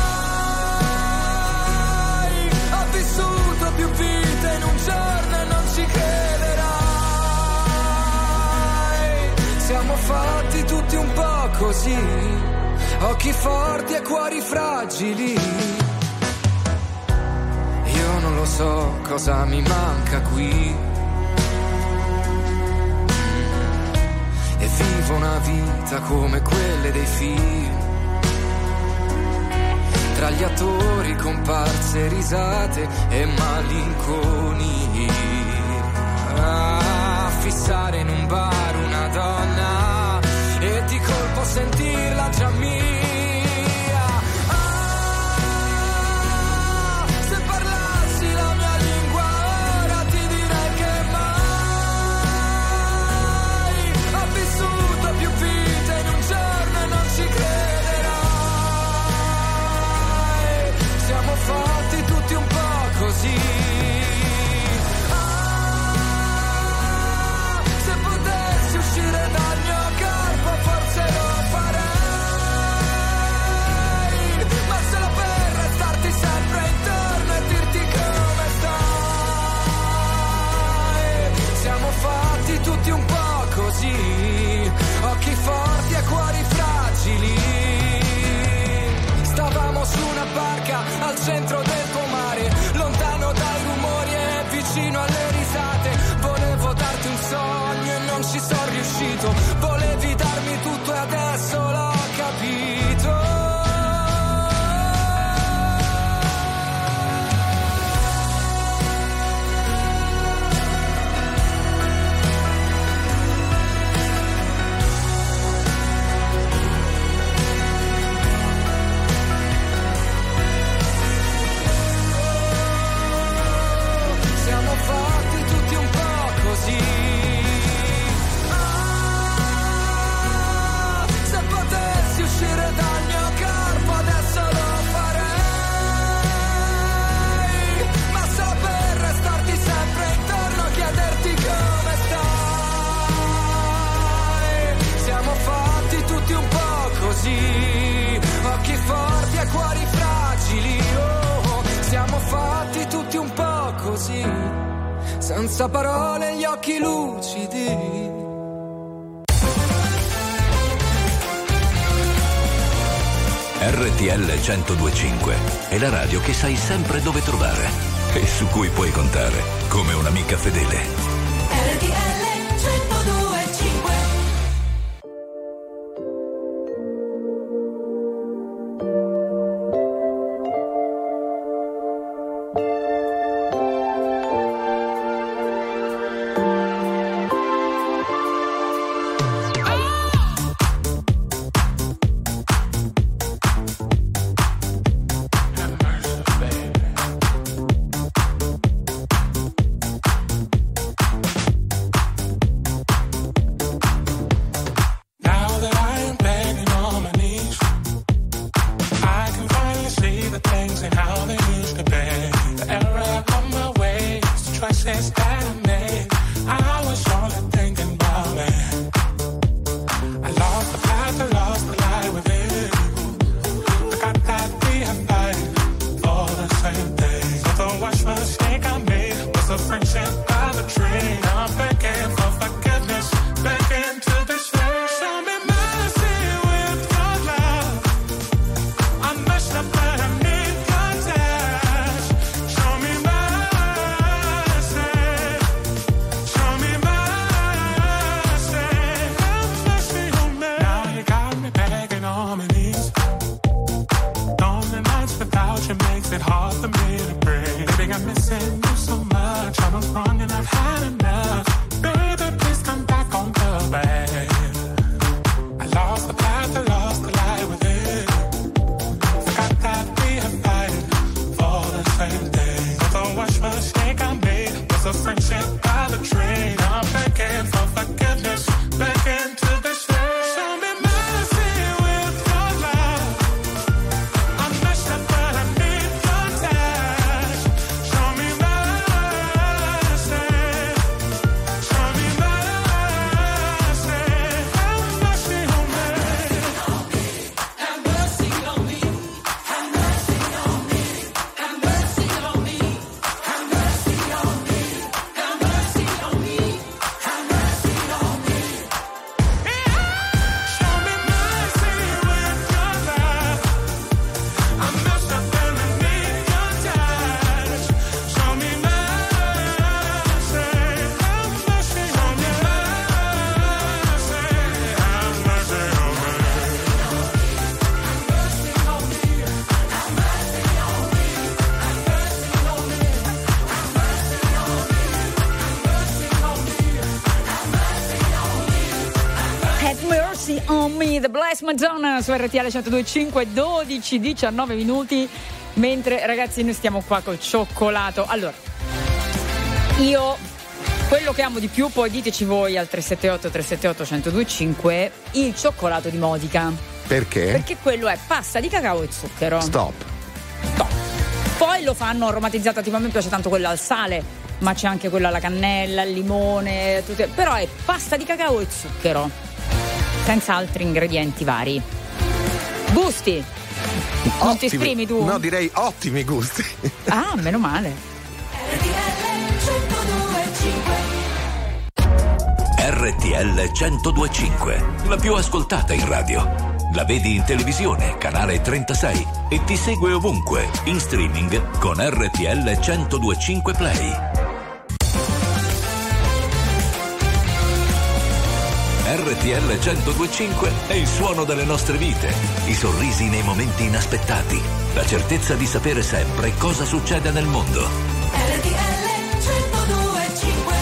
mai ho vissuto più vite in un giorno e non ci crederai. Siamo fatti tutti un po' così, occhi forti e cuori fragili. Io non lo so cosa mi manca qui e vivo una vita come quelle dei film, tra gli attori, comparse, risate e malinconia. A fissare in un bar una donna e di colpo sentirla già mia. Ah, se parlassi la mia lingua ora ti direi che mai ho vissuto più vite in un giorno e non ci crederai. Siamo fatti tutti un po' così. Ah, se potessi uscire dal mio corpo forse lo farei, ma solo per restarti sempre intorno e dirti come stai. Siamo fatti tutti un po' così, occhi forti e cuori fragili. Stavamo su una barca al centro del mare, lontano dai rumori e vicino alle risate. Volevo darti un sogno e non ci sono riuscito. Volevi darmi tutto e adesso l'ho capito. Siamo fatti tutti un po' così. Ah, se potessi uscire dal mio corpo adesso lo farei, ma solo per restarti sempre intorno, chiederti come stai. Siamo fatti tutti un po' così, occhi forti e cuori fragili. Oh, siamo fatti tutti un po' così, senza parole gli occhi lucidi. R T L centodue e cinque è la radio che sai sempre dove trovare e su cui puoi contare come un'amica fedele. R T L centodue e cinque. friendship of a tree. I'm begging for forgiveness, begging to this face. Show me mercy with your love. I'm messed up but I need your touch. Show me mercy. Show me mercy. Have mercy on me. Now you got me begging on my knees. Lonely nights without you makes it hard for me to breathe. Baby, I'm missing you so much. I was wrong and I've had enough. Baby, please come back on the way. I lost the path, I lost the light within. Forgot that we are fighting for the same thing. But the worst mistake I made was a friendship of a dream. I'm begging for forgiveness, begging to this face. Show me mercy with your love. I'm messed up but I need your touch. Show me mercy. Show me mercy. Have mercy on me. Have mercy on me. Have mercy on me. Have mercy on me. Have mercy on me. Have mercy on me. Have mercy on me. Show me mercy with your love. I'm messed up and I need your touch. Show me mercy. Have mercy on me. Have mercy on me. Have mercy on me, The Blessed Madonna su R T L centodue e cinque, dodici diciannove minuti. Mentre ragazzi noi stiamo qua col cioccolato. Allora, io quello che amo di più, poi diteci voi al tre sette otto tre sette otto centodue e cinque, il cioccolato di Modica. Perché? Perché quello è pasta di cacao e zucchero. Stop. Poi lo fanno aromatizzata, tipo a me piace tanto quella al sale, ma c'è anche quella alla cannella, al limone, tutte, però è pasta di cacao e zucchero, senza altri ingredienti vari. Gusti? Non ti esprimi tu? No, direi ottimi gusti. Ah, meno male. R T L centodue e cinque, la più ascoltata in radio. La vedi in televisione, canale trentasei, e ti segue ovunque, in streaming con R T L centodue e cinque Play. R T L centodue e cinque è il suono delle nostre vite, i sorrisi nei momenti inaspettati, la certezza di sapere sempre cosa succede nel mondo. R T L centodue e cinque.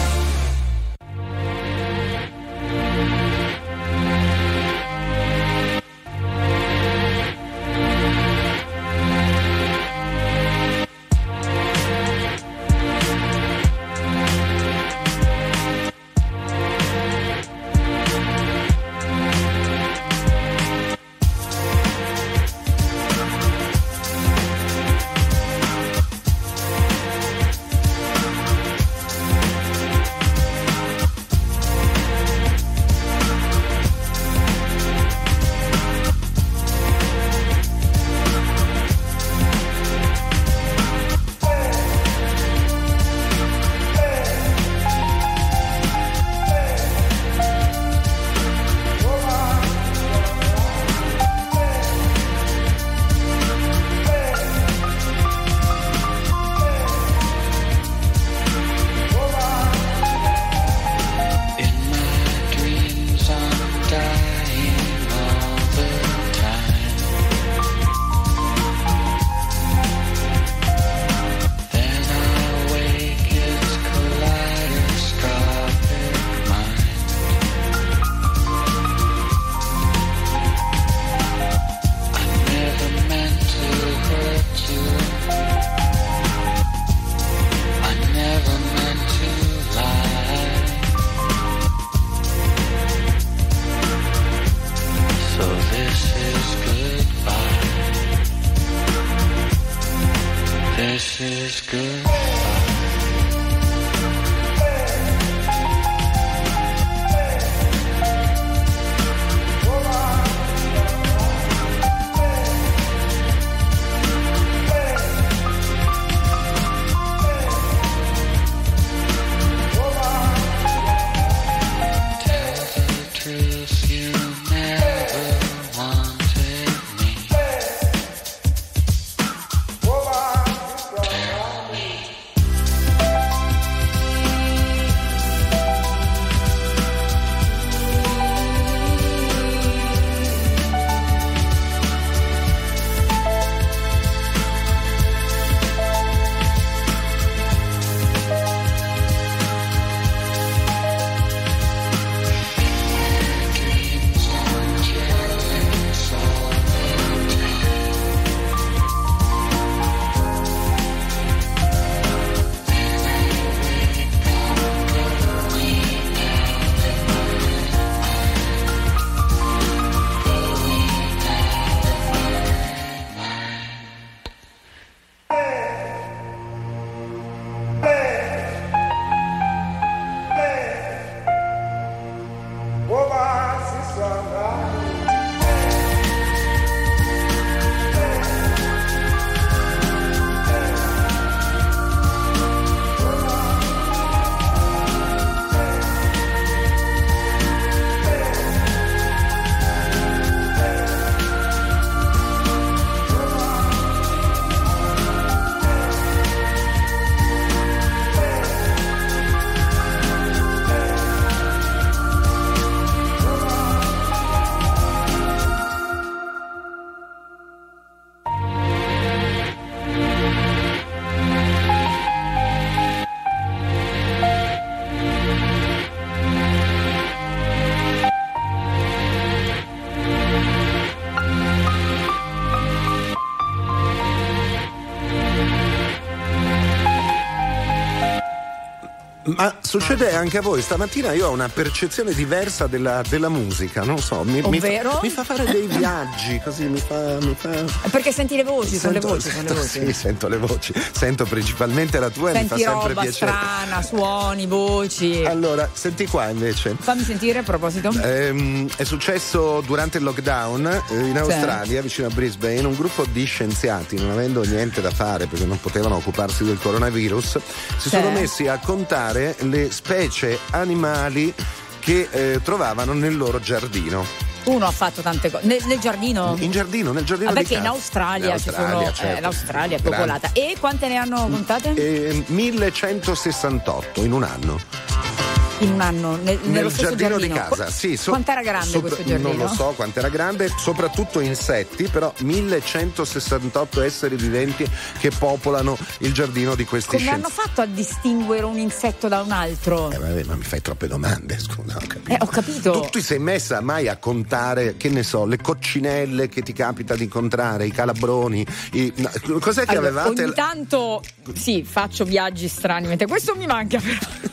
Ma succede anche a voi? Stamattina io ho una percezione diversa della, della musica, non so, mi, mi, fa, mi fa fare dei viaggi, così mi fa, mi fa... Perché senti le voci, sento, sono le voci, sento, sono le voci. Sì, sento le voci, sento principalmente la tua Senti e mi fa sempre roba piacere. strana, suoni, voci. Allora, senti qua invece. Fammi sentire a proposito. Ehm, è successo durante il lockdown eh, in Australia, vicino a Brisbane, un gruppo di scienziati, non avendo niente da fare perché non potevano occuparsi del coronavirus, si Sì. sono messi a contare le specie animali che eh, trovavano nel loro giardino. Uno ha fatto tante cose. Nel, nel giardino? In giardino, nel giardino Vabbè, di che in casa. Australia, In Australia, ci sono. certo. Eh, l'Australia è Grande. popolata. E quante ne hanno contate? Eh, millecentosessantotto in un anno. In un anno, nel, nello Nel stesso giardino, giardino. di casa, sì. so- Quant'era grande sopra- questo giardino? Non lo so quant'era grande, soprattutto insetti, però millecentosessantotto esseri viventi che popolano il giardino di questi Come scienziati. hanno fatto a distinguere un insetto da un altro? Eh, vabbè, ma mi fai troppe domande, scusa, ho capito. Eh, ho capito. Tu ti sei messa mai a contare, che ne so, le coccinelle che ti capita di incontrare, i calabroni, i... no, cos'è che Allora, avevate? ogni tanto sì, faccio viaggi strani, mentre questo mi manca però.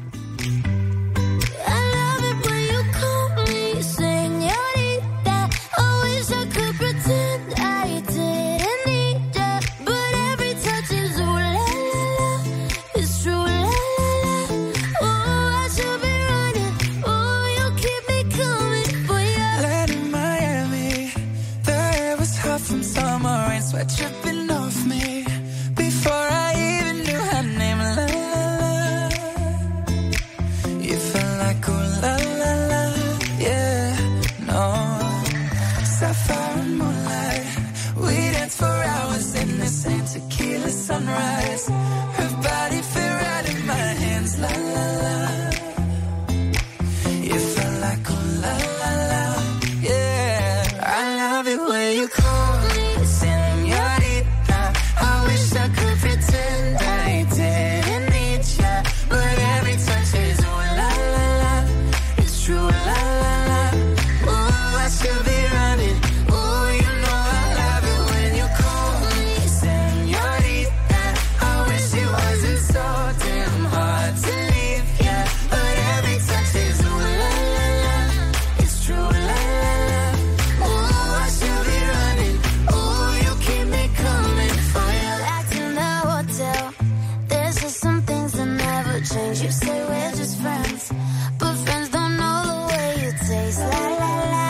Señorita, I wish I could pretend I didn't need ya, but every touch is ooh la la la, it's true la la la. Oh, I should be running, oh, you keep me coming for ya. Land in Miami, the air was hot from summer rain, sweat dripping off me. Before I even knew her name, la la la. You felt like ooh la la la, yeah, no. Sapphire and moonlight, we danced for hours in the same tequila sunrise. Her body fit right in my hands, la la la. You felt like ooh la la la, yeah. I love it when you call me señorita. I wish I could pretend I didn't need ya, but every touch is ooh la la la, it's true la la la. Ooh, I should be running. Ooh, you know I love it when you call me señorita. I wish it wasn't so damn hard to leave ya, but every touch is ooh la la la, it's true la la la. Ooh, I should be running. Ooh, you keep me coming for ya. Back in the hotel, there's just some things that never change. You say we're just friends, but friends don't know the way you taste. La la la.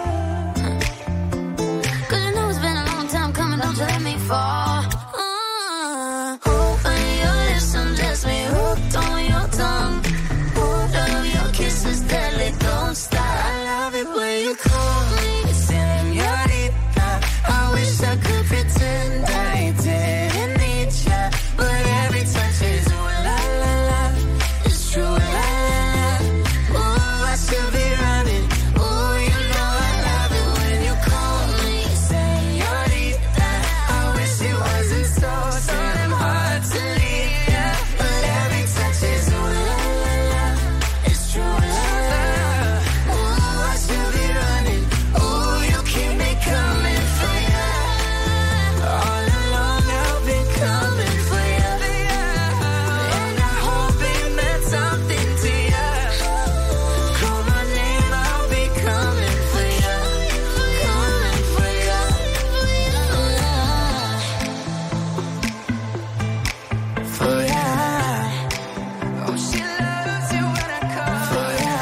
Cause you know it's been a long time coming, don't you let me fall. Uh, on your lips, undress me, hooked on your tongue. Hold of your kisses, deadly, don't stop. I love it when you call me señorita. I wish I could pretend I didn't need ya, but every touch is ooh la la la, it's true la la la. Ooh, I should be running. Ooh, you know I love it when you call me señorita. I wish it wasn't so damn hard to leave ya, but every touch is ooh la la la, it's true la la la. Ooh, I should be running. Ooh, you keep me coming for ya. All along I've been coming for ya, and I hope it meant something to ya. Call my name, I'll be coming for ya, coming for ya. For ya. Oh, she loves you when I call for ya.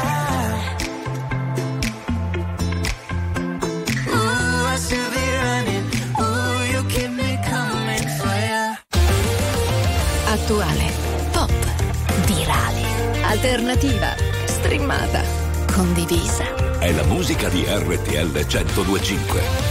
Ooh, I should be running. Ooh, you keep me coming for ya. Attuale, pop, virale, alternativa, streamata, condivisa. È la musica di R T L centodue e cinque.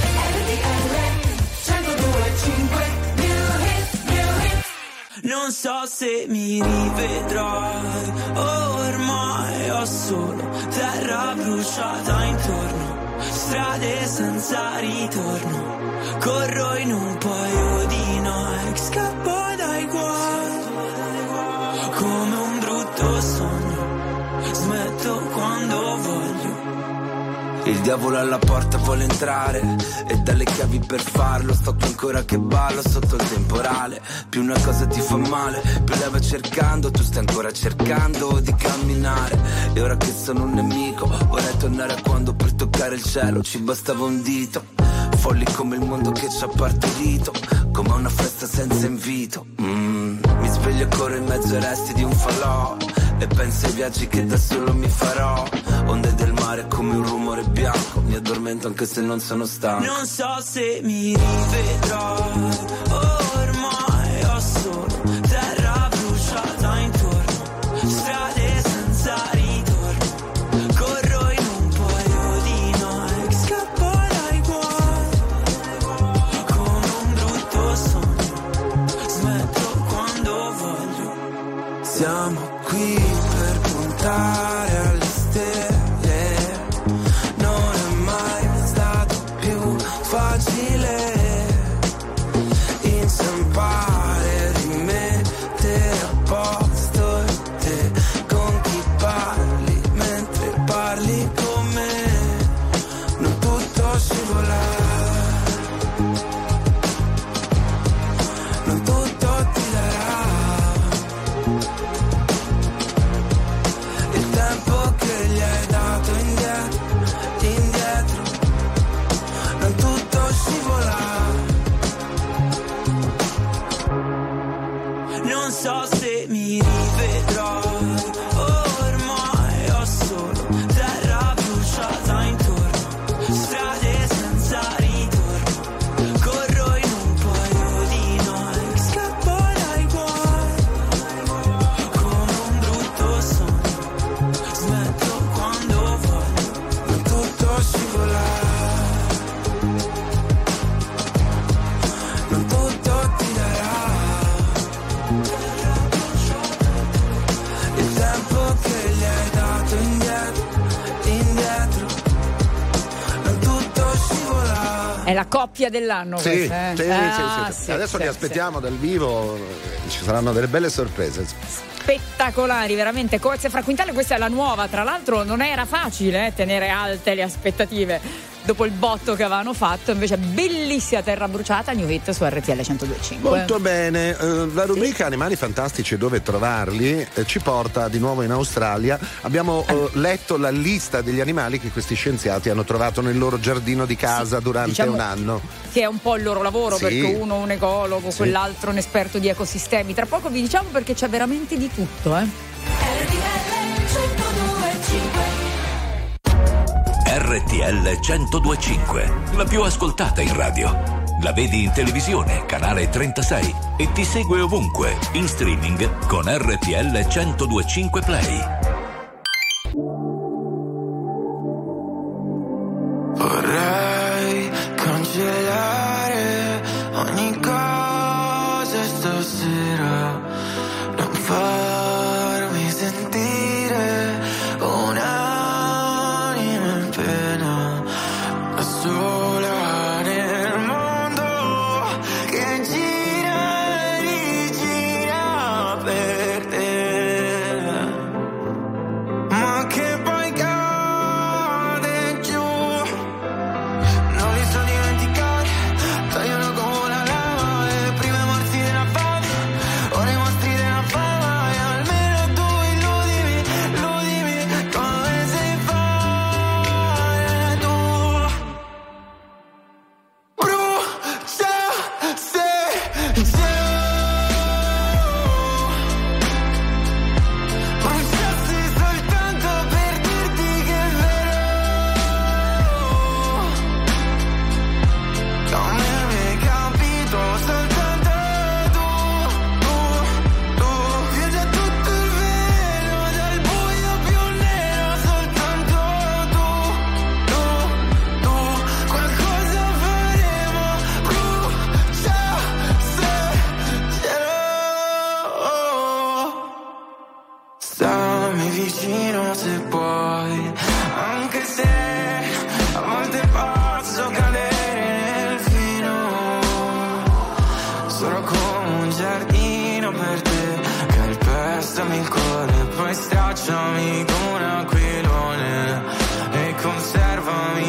Non so se mi rivedrai, ormai ho solo terra bruciata intorno, strade senza ritorno, corro in un paio di Nike, scappo dai guai, come un brutto sogno, smetto quando voglio, Il diavolo alla porta vuole entrare e dalle chiavi per farlo. Sto qui ancora che ballo sotto il temporale. Più una cosa ti fa male, più la vai cercando. Tu stai ancora cercando di camminare. E ora che sono un nemico vorrei tornare a quando per toccare il cielo ci bastava un dito. Folli come il mondo che ci ha partorito, come una festa senza invito. mm. Mi sveglio e corro in mezzo ai resti di un falò e penso ai viaggi che da solo mi farò. Onde del mare come un rumore bianco, mi addormento anche se non sono stanco. Non so se mi rivedrai, ormai ho solo terra bruciata intorno, strade senza ritorno, corro in un paio di Nike, scappo dai guai, come un brutto sogno, smetto quando voglio. Siamo qui per puntare alle stelle, non è mai stato più facile inciampare, rimettere a posto te con chi parli mentre parli con me. Non tutto scivola, non tutto ti darà il tempo che gli hai dato indietro, indietro. Non tutto scivola. Non so se mi rivedrai, ormai ho solo terra bruciata intorno, strade senza ritorno, corro in un paio di Nike, scappo dai guai, come un brutto sogno, smetto quando voglio. Non tutto scivola, non tutto ti darà il tempo che gli hai dato indietro, indietro. Non tutto scivola. È la coppia dell'anno Sì, questa, eh? sì, Ah, sì, sì. sì, Adesso sì, li sì. aspettiamo dal vivo, ci saranno delle belle sorprese. Spettacolari, veramente. Cozze fra Quintale, questa è la nuova. Tra l'altro non era facile eh, tenere alte le aspettative dopo il botto che avevano fatto. Invece bellissima Terra Bruciata, new hit su R T L centodue e cinque. Molto bene, eh, la rubrica Animali Fantastici e dove trovarli eh, ci porta di nuovo in Australia. Abbiamo eh, letto la lista degli animali che questi scienziati hanno trovato nel loro giardino di casa Sì, durante diciamo un anno. Che è un po' il loro lavoro, Sì. perché uno un ecologo, Sì. quell'altro un esperto di ecosistemi. Tra poco vi diciamo perché c'è veramente di tutto, eh. R T L centodue e cinque, la più ascoltata in radio. La vedi in televisione, canale trentasei, e ti segue ovunque, in streaming con R T L centodue e cinque Play. Vorrei cancellare ogni cosa stasera, non farmi sentire un'anima in pena, da sola nel mondo che gira e rigira per te, ma che poi cade giù. Non li so dimenticare, tagliano come una lama le prime morsi della fame, ora i mostri della fama, e almeno tu illudimi, illudimi come sei fare tu. Brucia se giù, bruciassi soltanto per dirti che è vero. Come mi hai capito soltanto tu, tu, tu. Viaggia tutto il velo dal buio più nero, soltanto tu, tu, tu. Qualcosa faremo, brucia se cielo. Stammi vicino se puoi, anche se a volte posso cadere nel fino. Sono come un giardino per te, calpestami il cuore, poi stracciami come un aquilone e conservami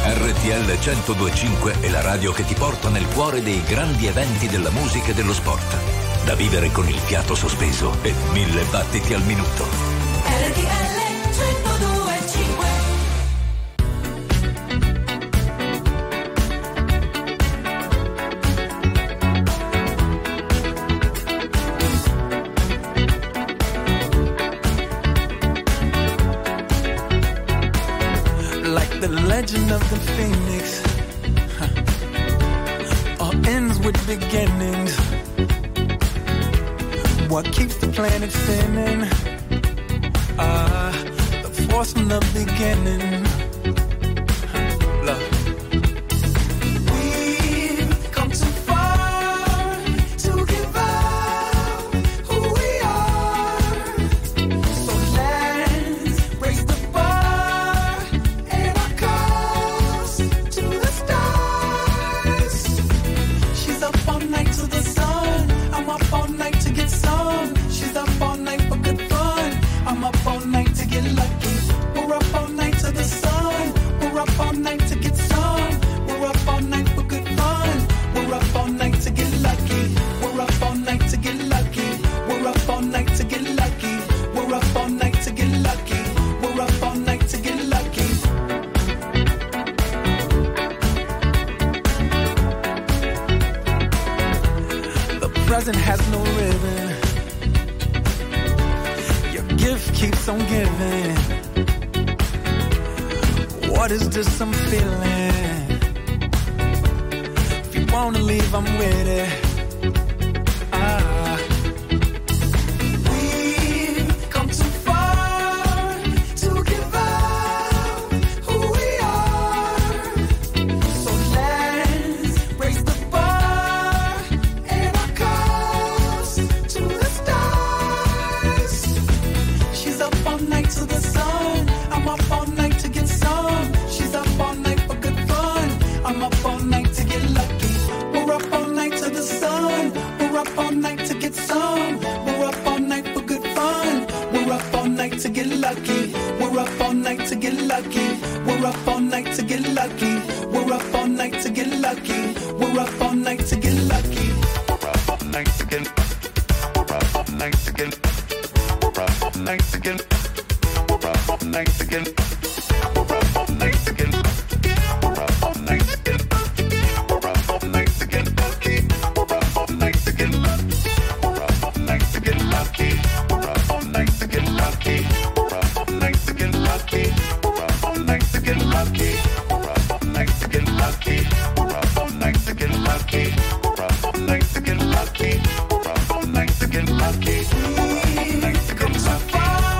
R T L centodue e cinque è la radio che ti porta nel cuore dei grandi eventi della musica e dello sport. Da vivere con il fiato sospeso e mille battiti al minuto. R T L centodue e cinque. Like the legend of the phoenix, huh. All ends with beginnings. What keeps the planet spinning? Ah, uh, the force from the beginning. Huh. Love. We've come too far to give up who we are. So let's raise the bar and our cause to the stars. She's up all night to the sun. I'm up all night to get some. She's up all night for good fun. I'm up all night to get lucky. We're up all night to the sun. We're up all night to get some. We're up all night for good fun. We're up all night to get lucky. We're up all night to get lucky. We're up all night to get lucky. We're up all night to get lucky. We're up all night to get lucky. The present has no ribbon. Your gift keeps on giving. What is this I'm feeling? If you wanna leave, I'm with it. Ah. We've come too far to give up who we are. So let's raise the bar and our cause to the stars. She's up all night to the sun. I'm up all night to get some. She's up all night for good fun. I'm up all night to get lucky. We're up all night to the sun. We're up all night to get some. We're up all night for good fun. We're up all night to get lucky. We're up all night to get lucky. We're up all night to get lucky. We're up all night to get lucky. We're up all night to get lucky. We're up all night to get. We're up all night to get. We're up all night to get. We're up all night to get. We're up all night to get. We're up all night to get. We're up all night to get lucky. We're up all night to get lucky. We're up all night to get lucky. We're up all night to get lucky. We're up all night to get lucky. We're up all night to get lucky. We're up all night to get lucky. We're up all night to get lucky. We're up all night to get lucky. We're up all night to get lucky. We're up all night to get lucky.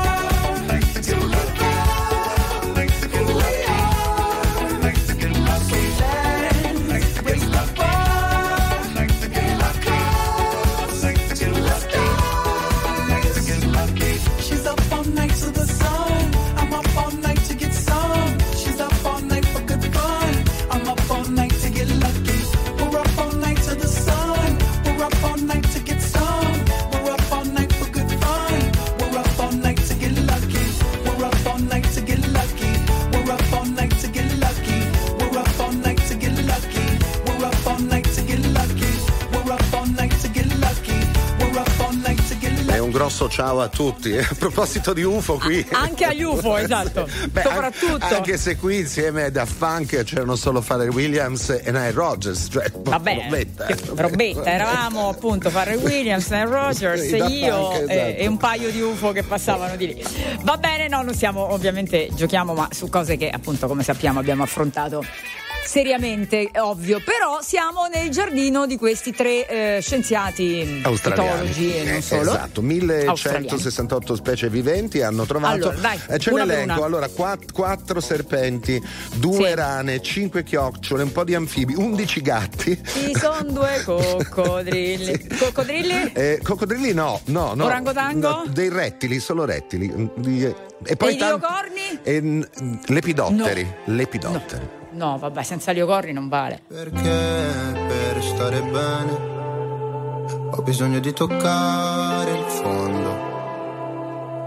grosso ciao a tutti. A proposito di U F O qui. Anche agli U F O, esatto. Beh, soprattutto. Anche se qui insieme a Daft Punk c'erano solo Pharrell Williams e Nile Rodgers. Cioè, vabbè, robetta. robetta. Eravamo appunto Pharrell Williams, Nile Rodgers, Sì, Daft io Punk, e, esatto. e un paio di U F O che passavano di lì. Va bene, no, non siamo, ovviamente giochiamo, ma su cose che appunto, come sappiamo, abbiamo affrontato seriamente, ovvio, però siamo nel giardino di questi tre eh, scienziati australiani etologi e non eh, solo. esatto, millecentosessantotto specie viventi hanno trovato. Allora, dai, eh, c'è una per l'elenco, una. allora quatt- quattro serpenti, due Sì. rane, cinque chiocciole, un po' di anfibi, undici gatti. Ci sono due coccodrilli. Coccodrilli? Eh, coccodrilli no, no, no. Orangotango? No, dei rettili, solo rettili. Di- E poi E i tan- liocorni? e, n- lepidotteri, lepidotteri. No, vabbè, senza liocorni non vale. Perché per stare bene ho bisogno di toccare il fondo.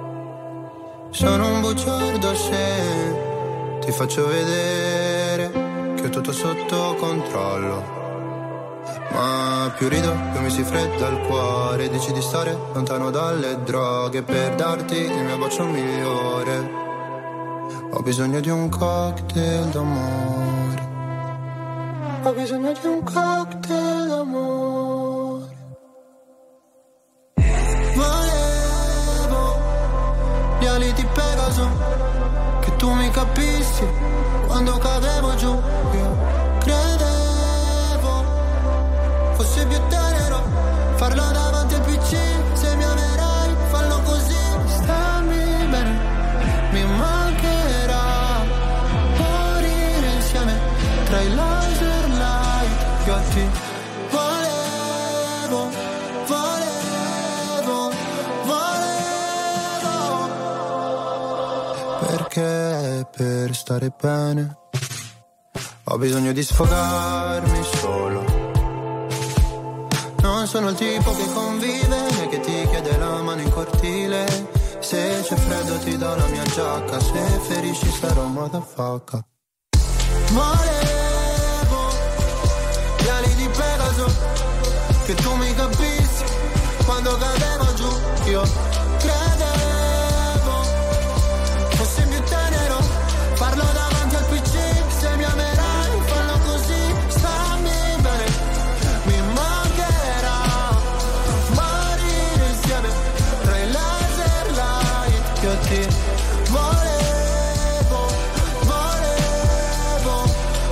Sono un bugiardo se ti faccio vedere tutto sotto controllo. Ma più rido, più mi si fredda il cuore. Dici di stare lontano dalle droghe per darti il mio bacio migliore. Ho bisogno di un cocktail d'amore. Ho bisogno di un cocktail d'amore. Volevo gli ali di Pegaso, che tu mi capissi quando cadevo giù. Io credevo fosse più tenero farlo davanti al P C. Se mi amerai, fallo così. Stammi bene, mi mancherà morire insieme tra i laser light. Io a te volevo, volevo, volevo. Perché per stare bene ho bisogno di sfogarmi solo. Non sono il tipo che convive né che ti chiede la mano in cortile. Se c'è freddo ti do la mia giacca, se ferisci sarò motherfucker. Volevo gli ali di Pegaso, che tu mi capissi quando cadevo giù. Io credevo fosse più tenero farlo davanti al P C. Se mi amerai, fallo così. Stammi bene, mi mancherà morire insieme tra i laser light. Io ti volevo, volevo,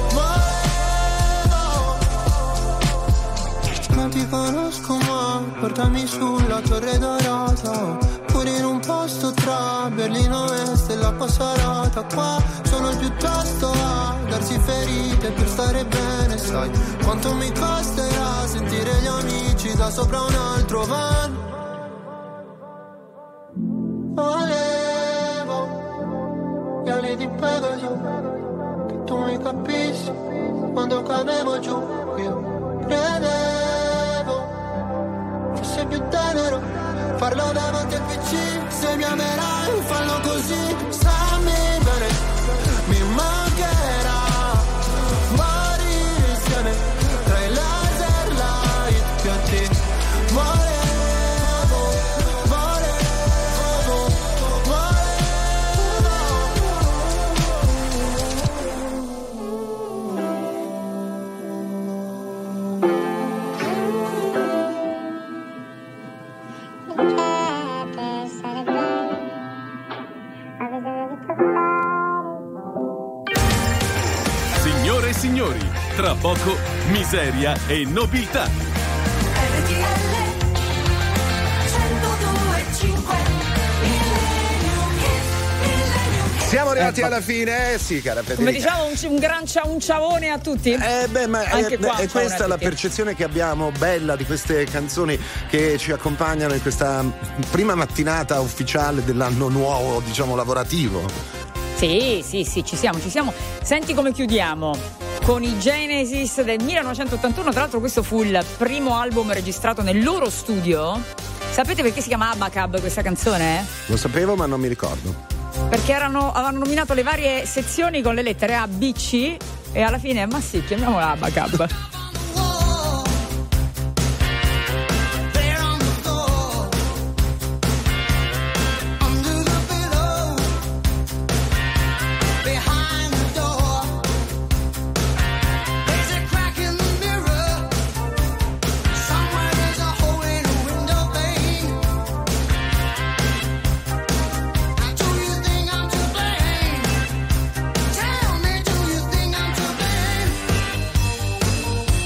volevo. Non ti conosco ma portami sulla Torre Dorata, pure in un posto tra Berlino Est e la Passarata. Qua sono piuttosto a darsi ferite per stare bene. Sai quanto mi costerà sentire gli amici da sopra un altro van. Volevo gli ali di Pegaso, che tu mi capissi quando cadevo giù. Io credevo fosse più tenero farlo davanti al P C. Se mi amerai, fallo così. Stammi bene, mi mancherà morire insieme tra i laser light. Più a te volevo, volevo, Signore e signori, tra poco miseria e nobiltà. Siamo arrivati alla fine, eh? Sì, cara Federica. Come diciamo, un, un gran cia- un ciaone a tutti. Eh beh, ma Anche è, qua, è questa la tutti. percezione che abbiamo bella di queste canzoni che ci accompagnano in questa prima mattinata ufficiale dell'anno nuovo, diciamo lavorativo. Sì, sì, sì, ci siamo, ci siamo. Senti come chiudiamo. Con i Genesis del millenovecentottantuno, tra l'altro questo fu il primo album registrato nel loro studio. Sapete perché si chiama Abacab questa canzone? Lo sapevo ma non mi ricordo. Perché erano, avevano nominato le varie sezioni con le lettere A, B, C e alla fine, ma sì, chiamiamola Abacab. Tell me, do you think I'm to blame?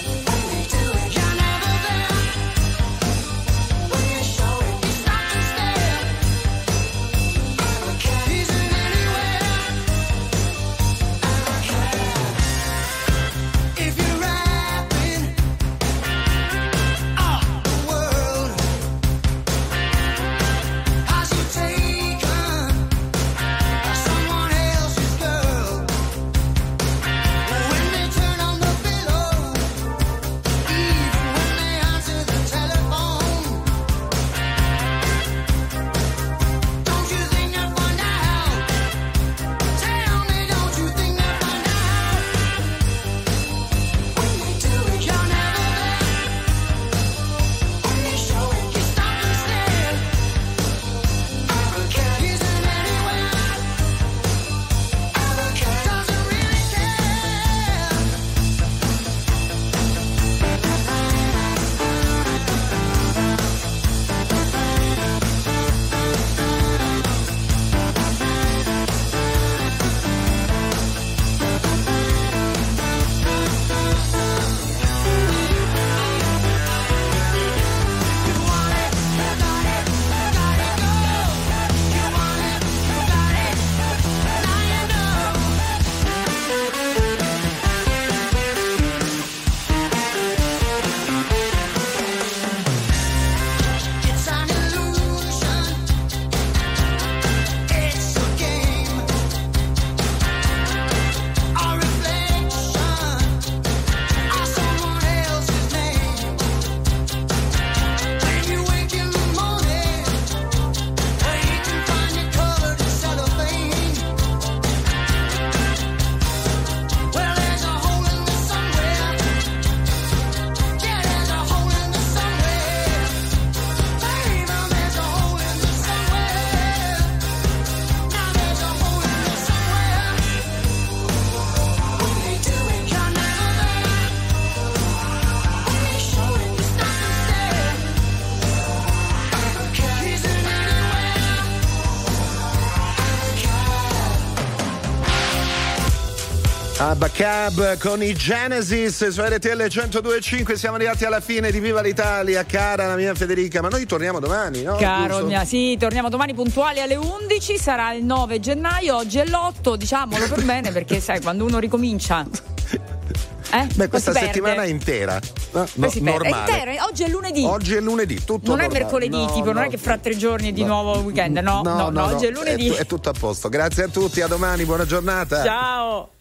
Abba Cab con i Genesis su R T L centodue e cinque. Siamo arrivati alla fine di Viva l'Italia, cara la mia Federica, ma noi torniamo domani, no? Caro Giusto? mia, sì, torniamo domani puntuali alle undici, sarà il nove gennaio, oggi è l'otto, diciamolo per bene, perché sai, quando uno ricomincia eh, beh, questa si settimana perde. è intera, no, Poi si perde. normale. È intera, oggi è lunedì. Oggi è lunedì, tutto non normale. è mercoledì, No, tipo, no. non è che fra tre giorni è di nuovo weekend, no, no, no, oggi è lunedì. È, è tutto a posto. Grazie a tutti, a domani, buona giornata. Ciao.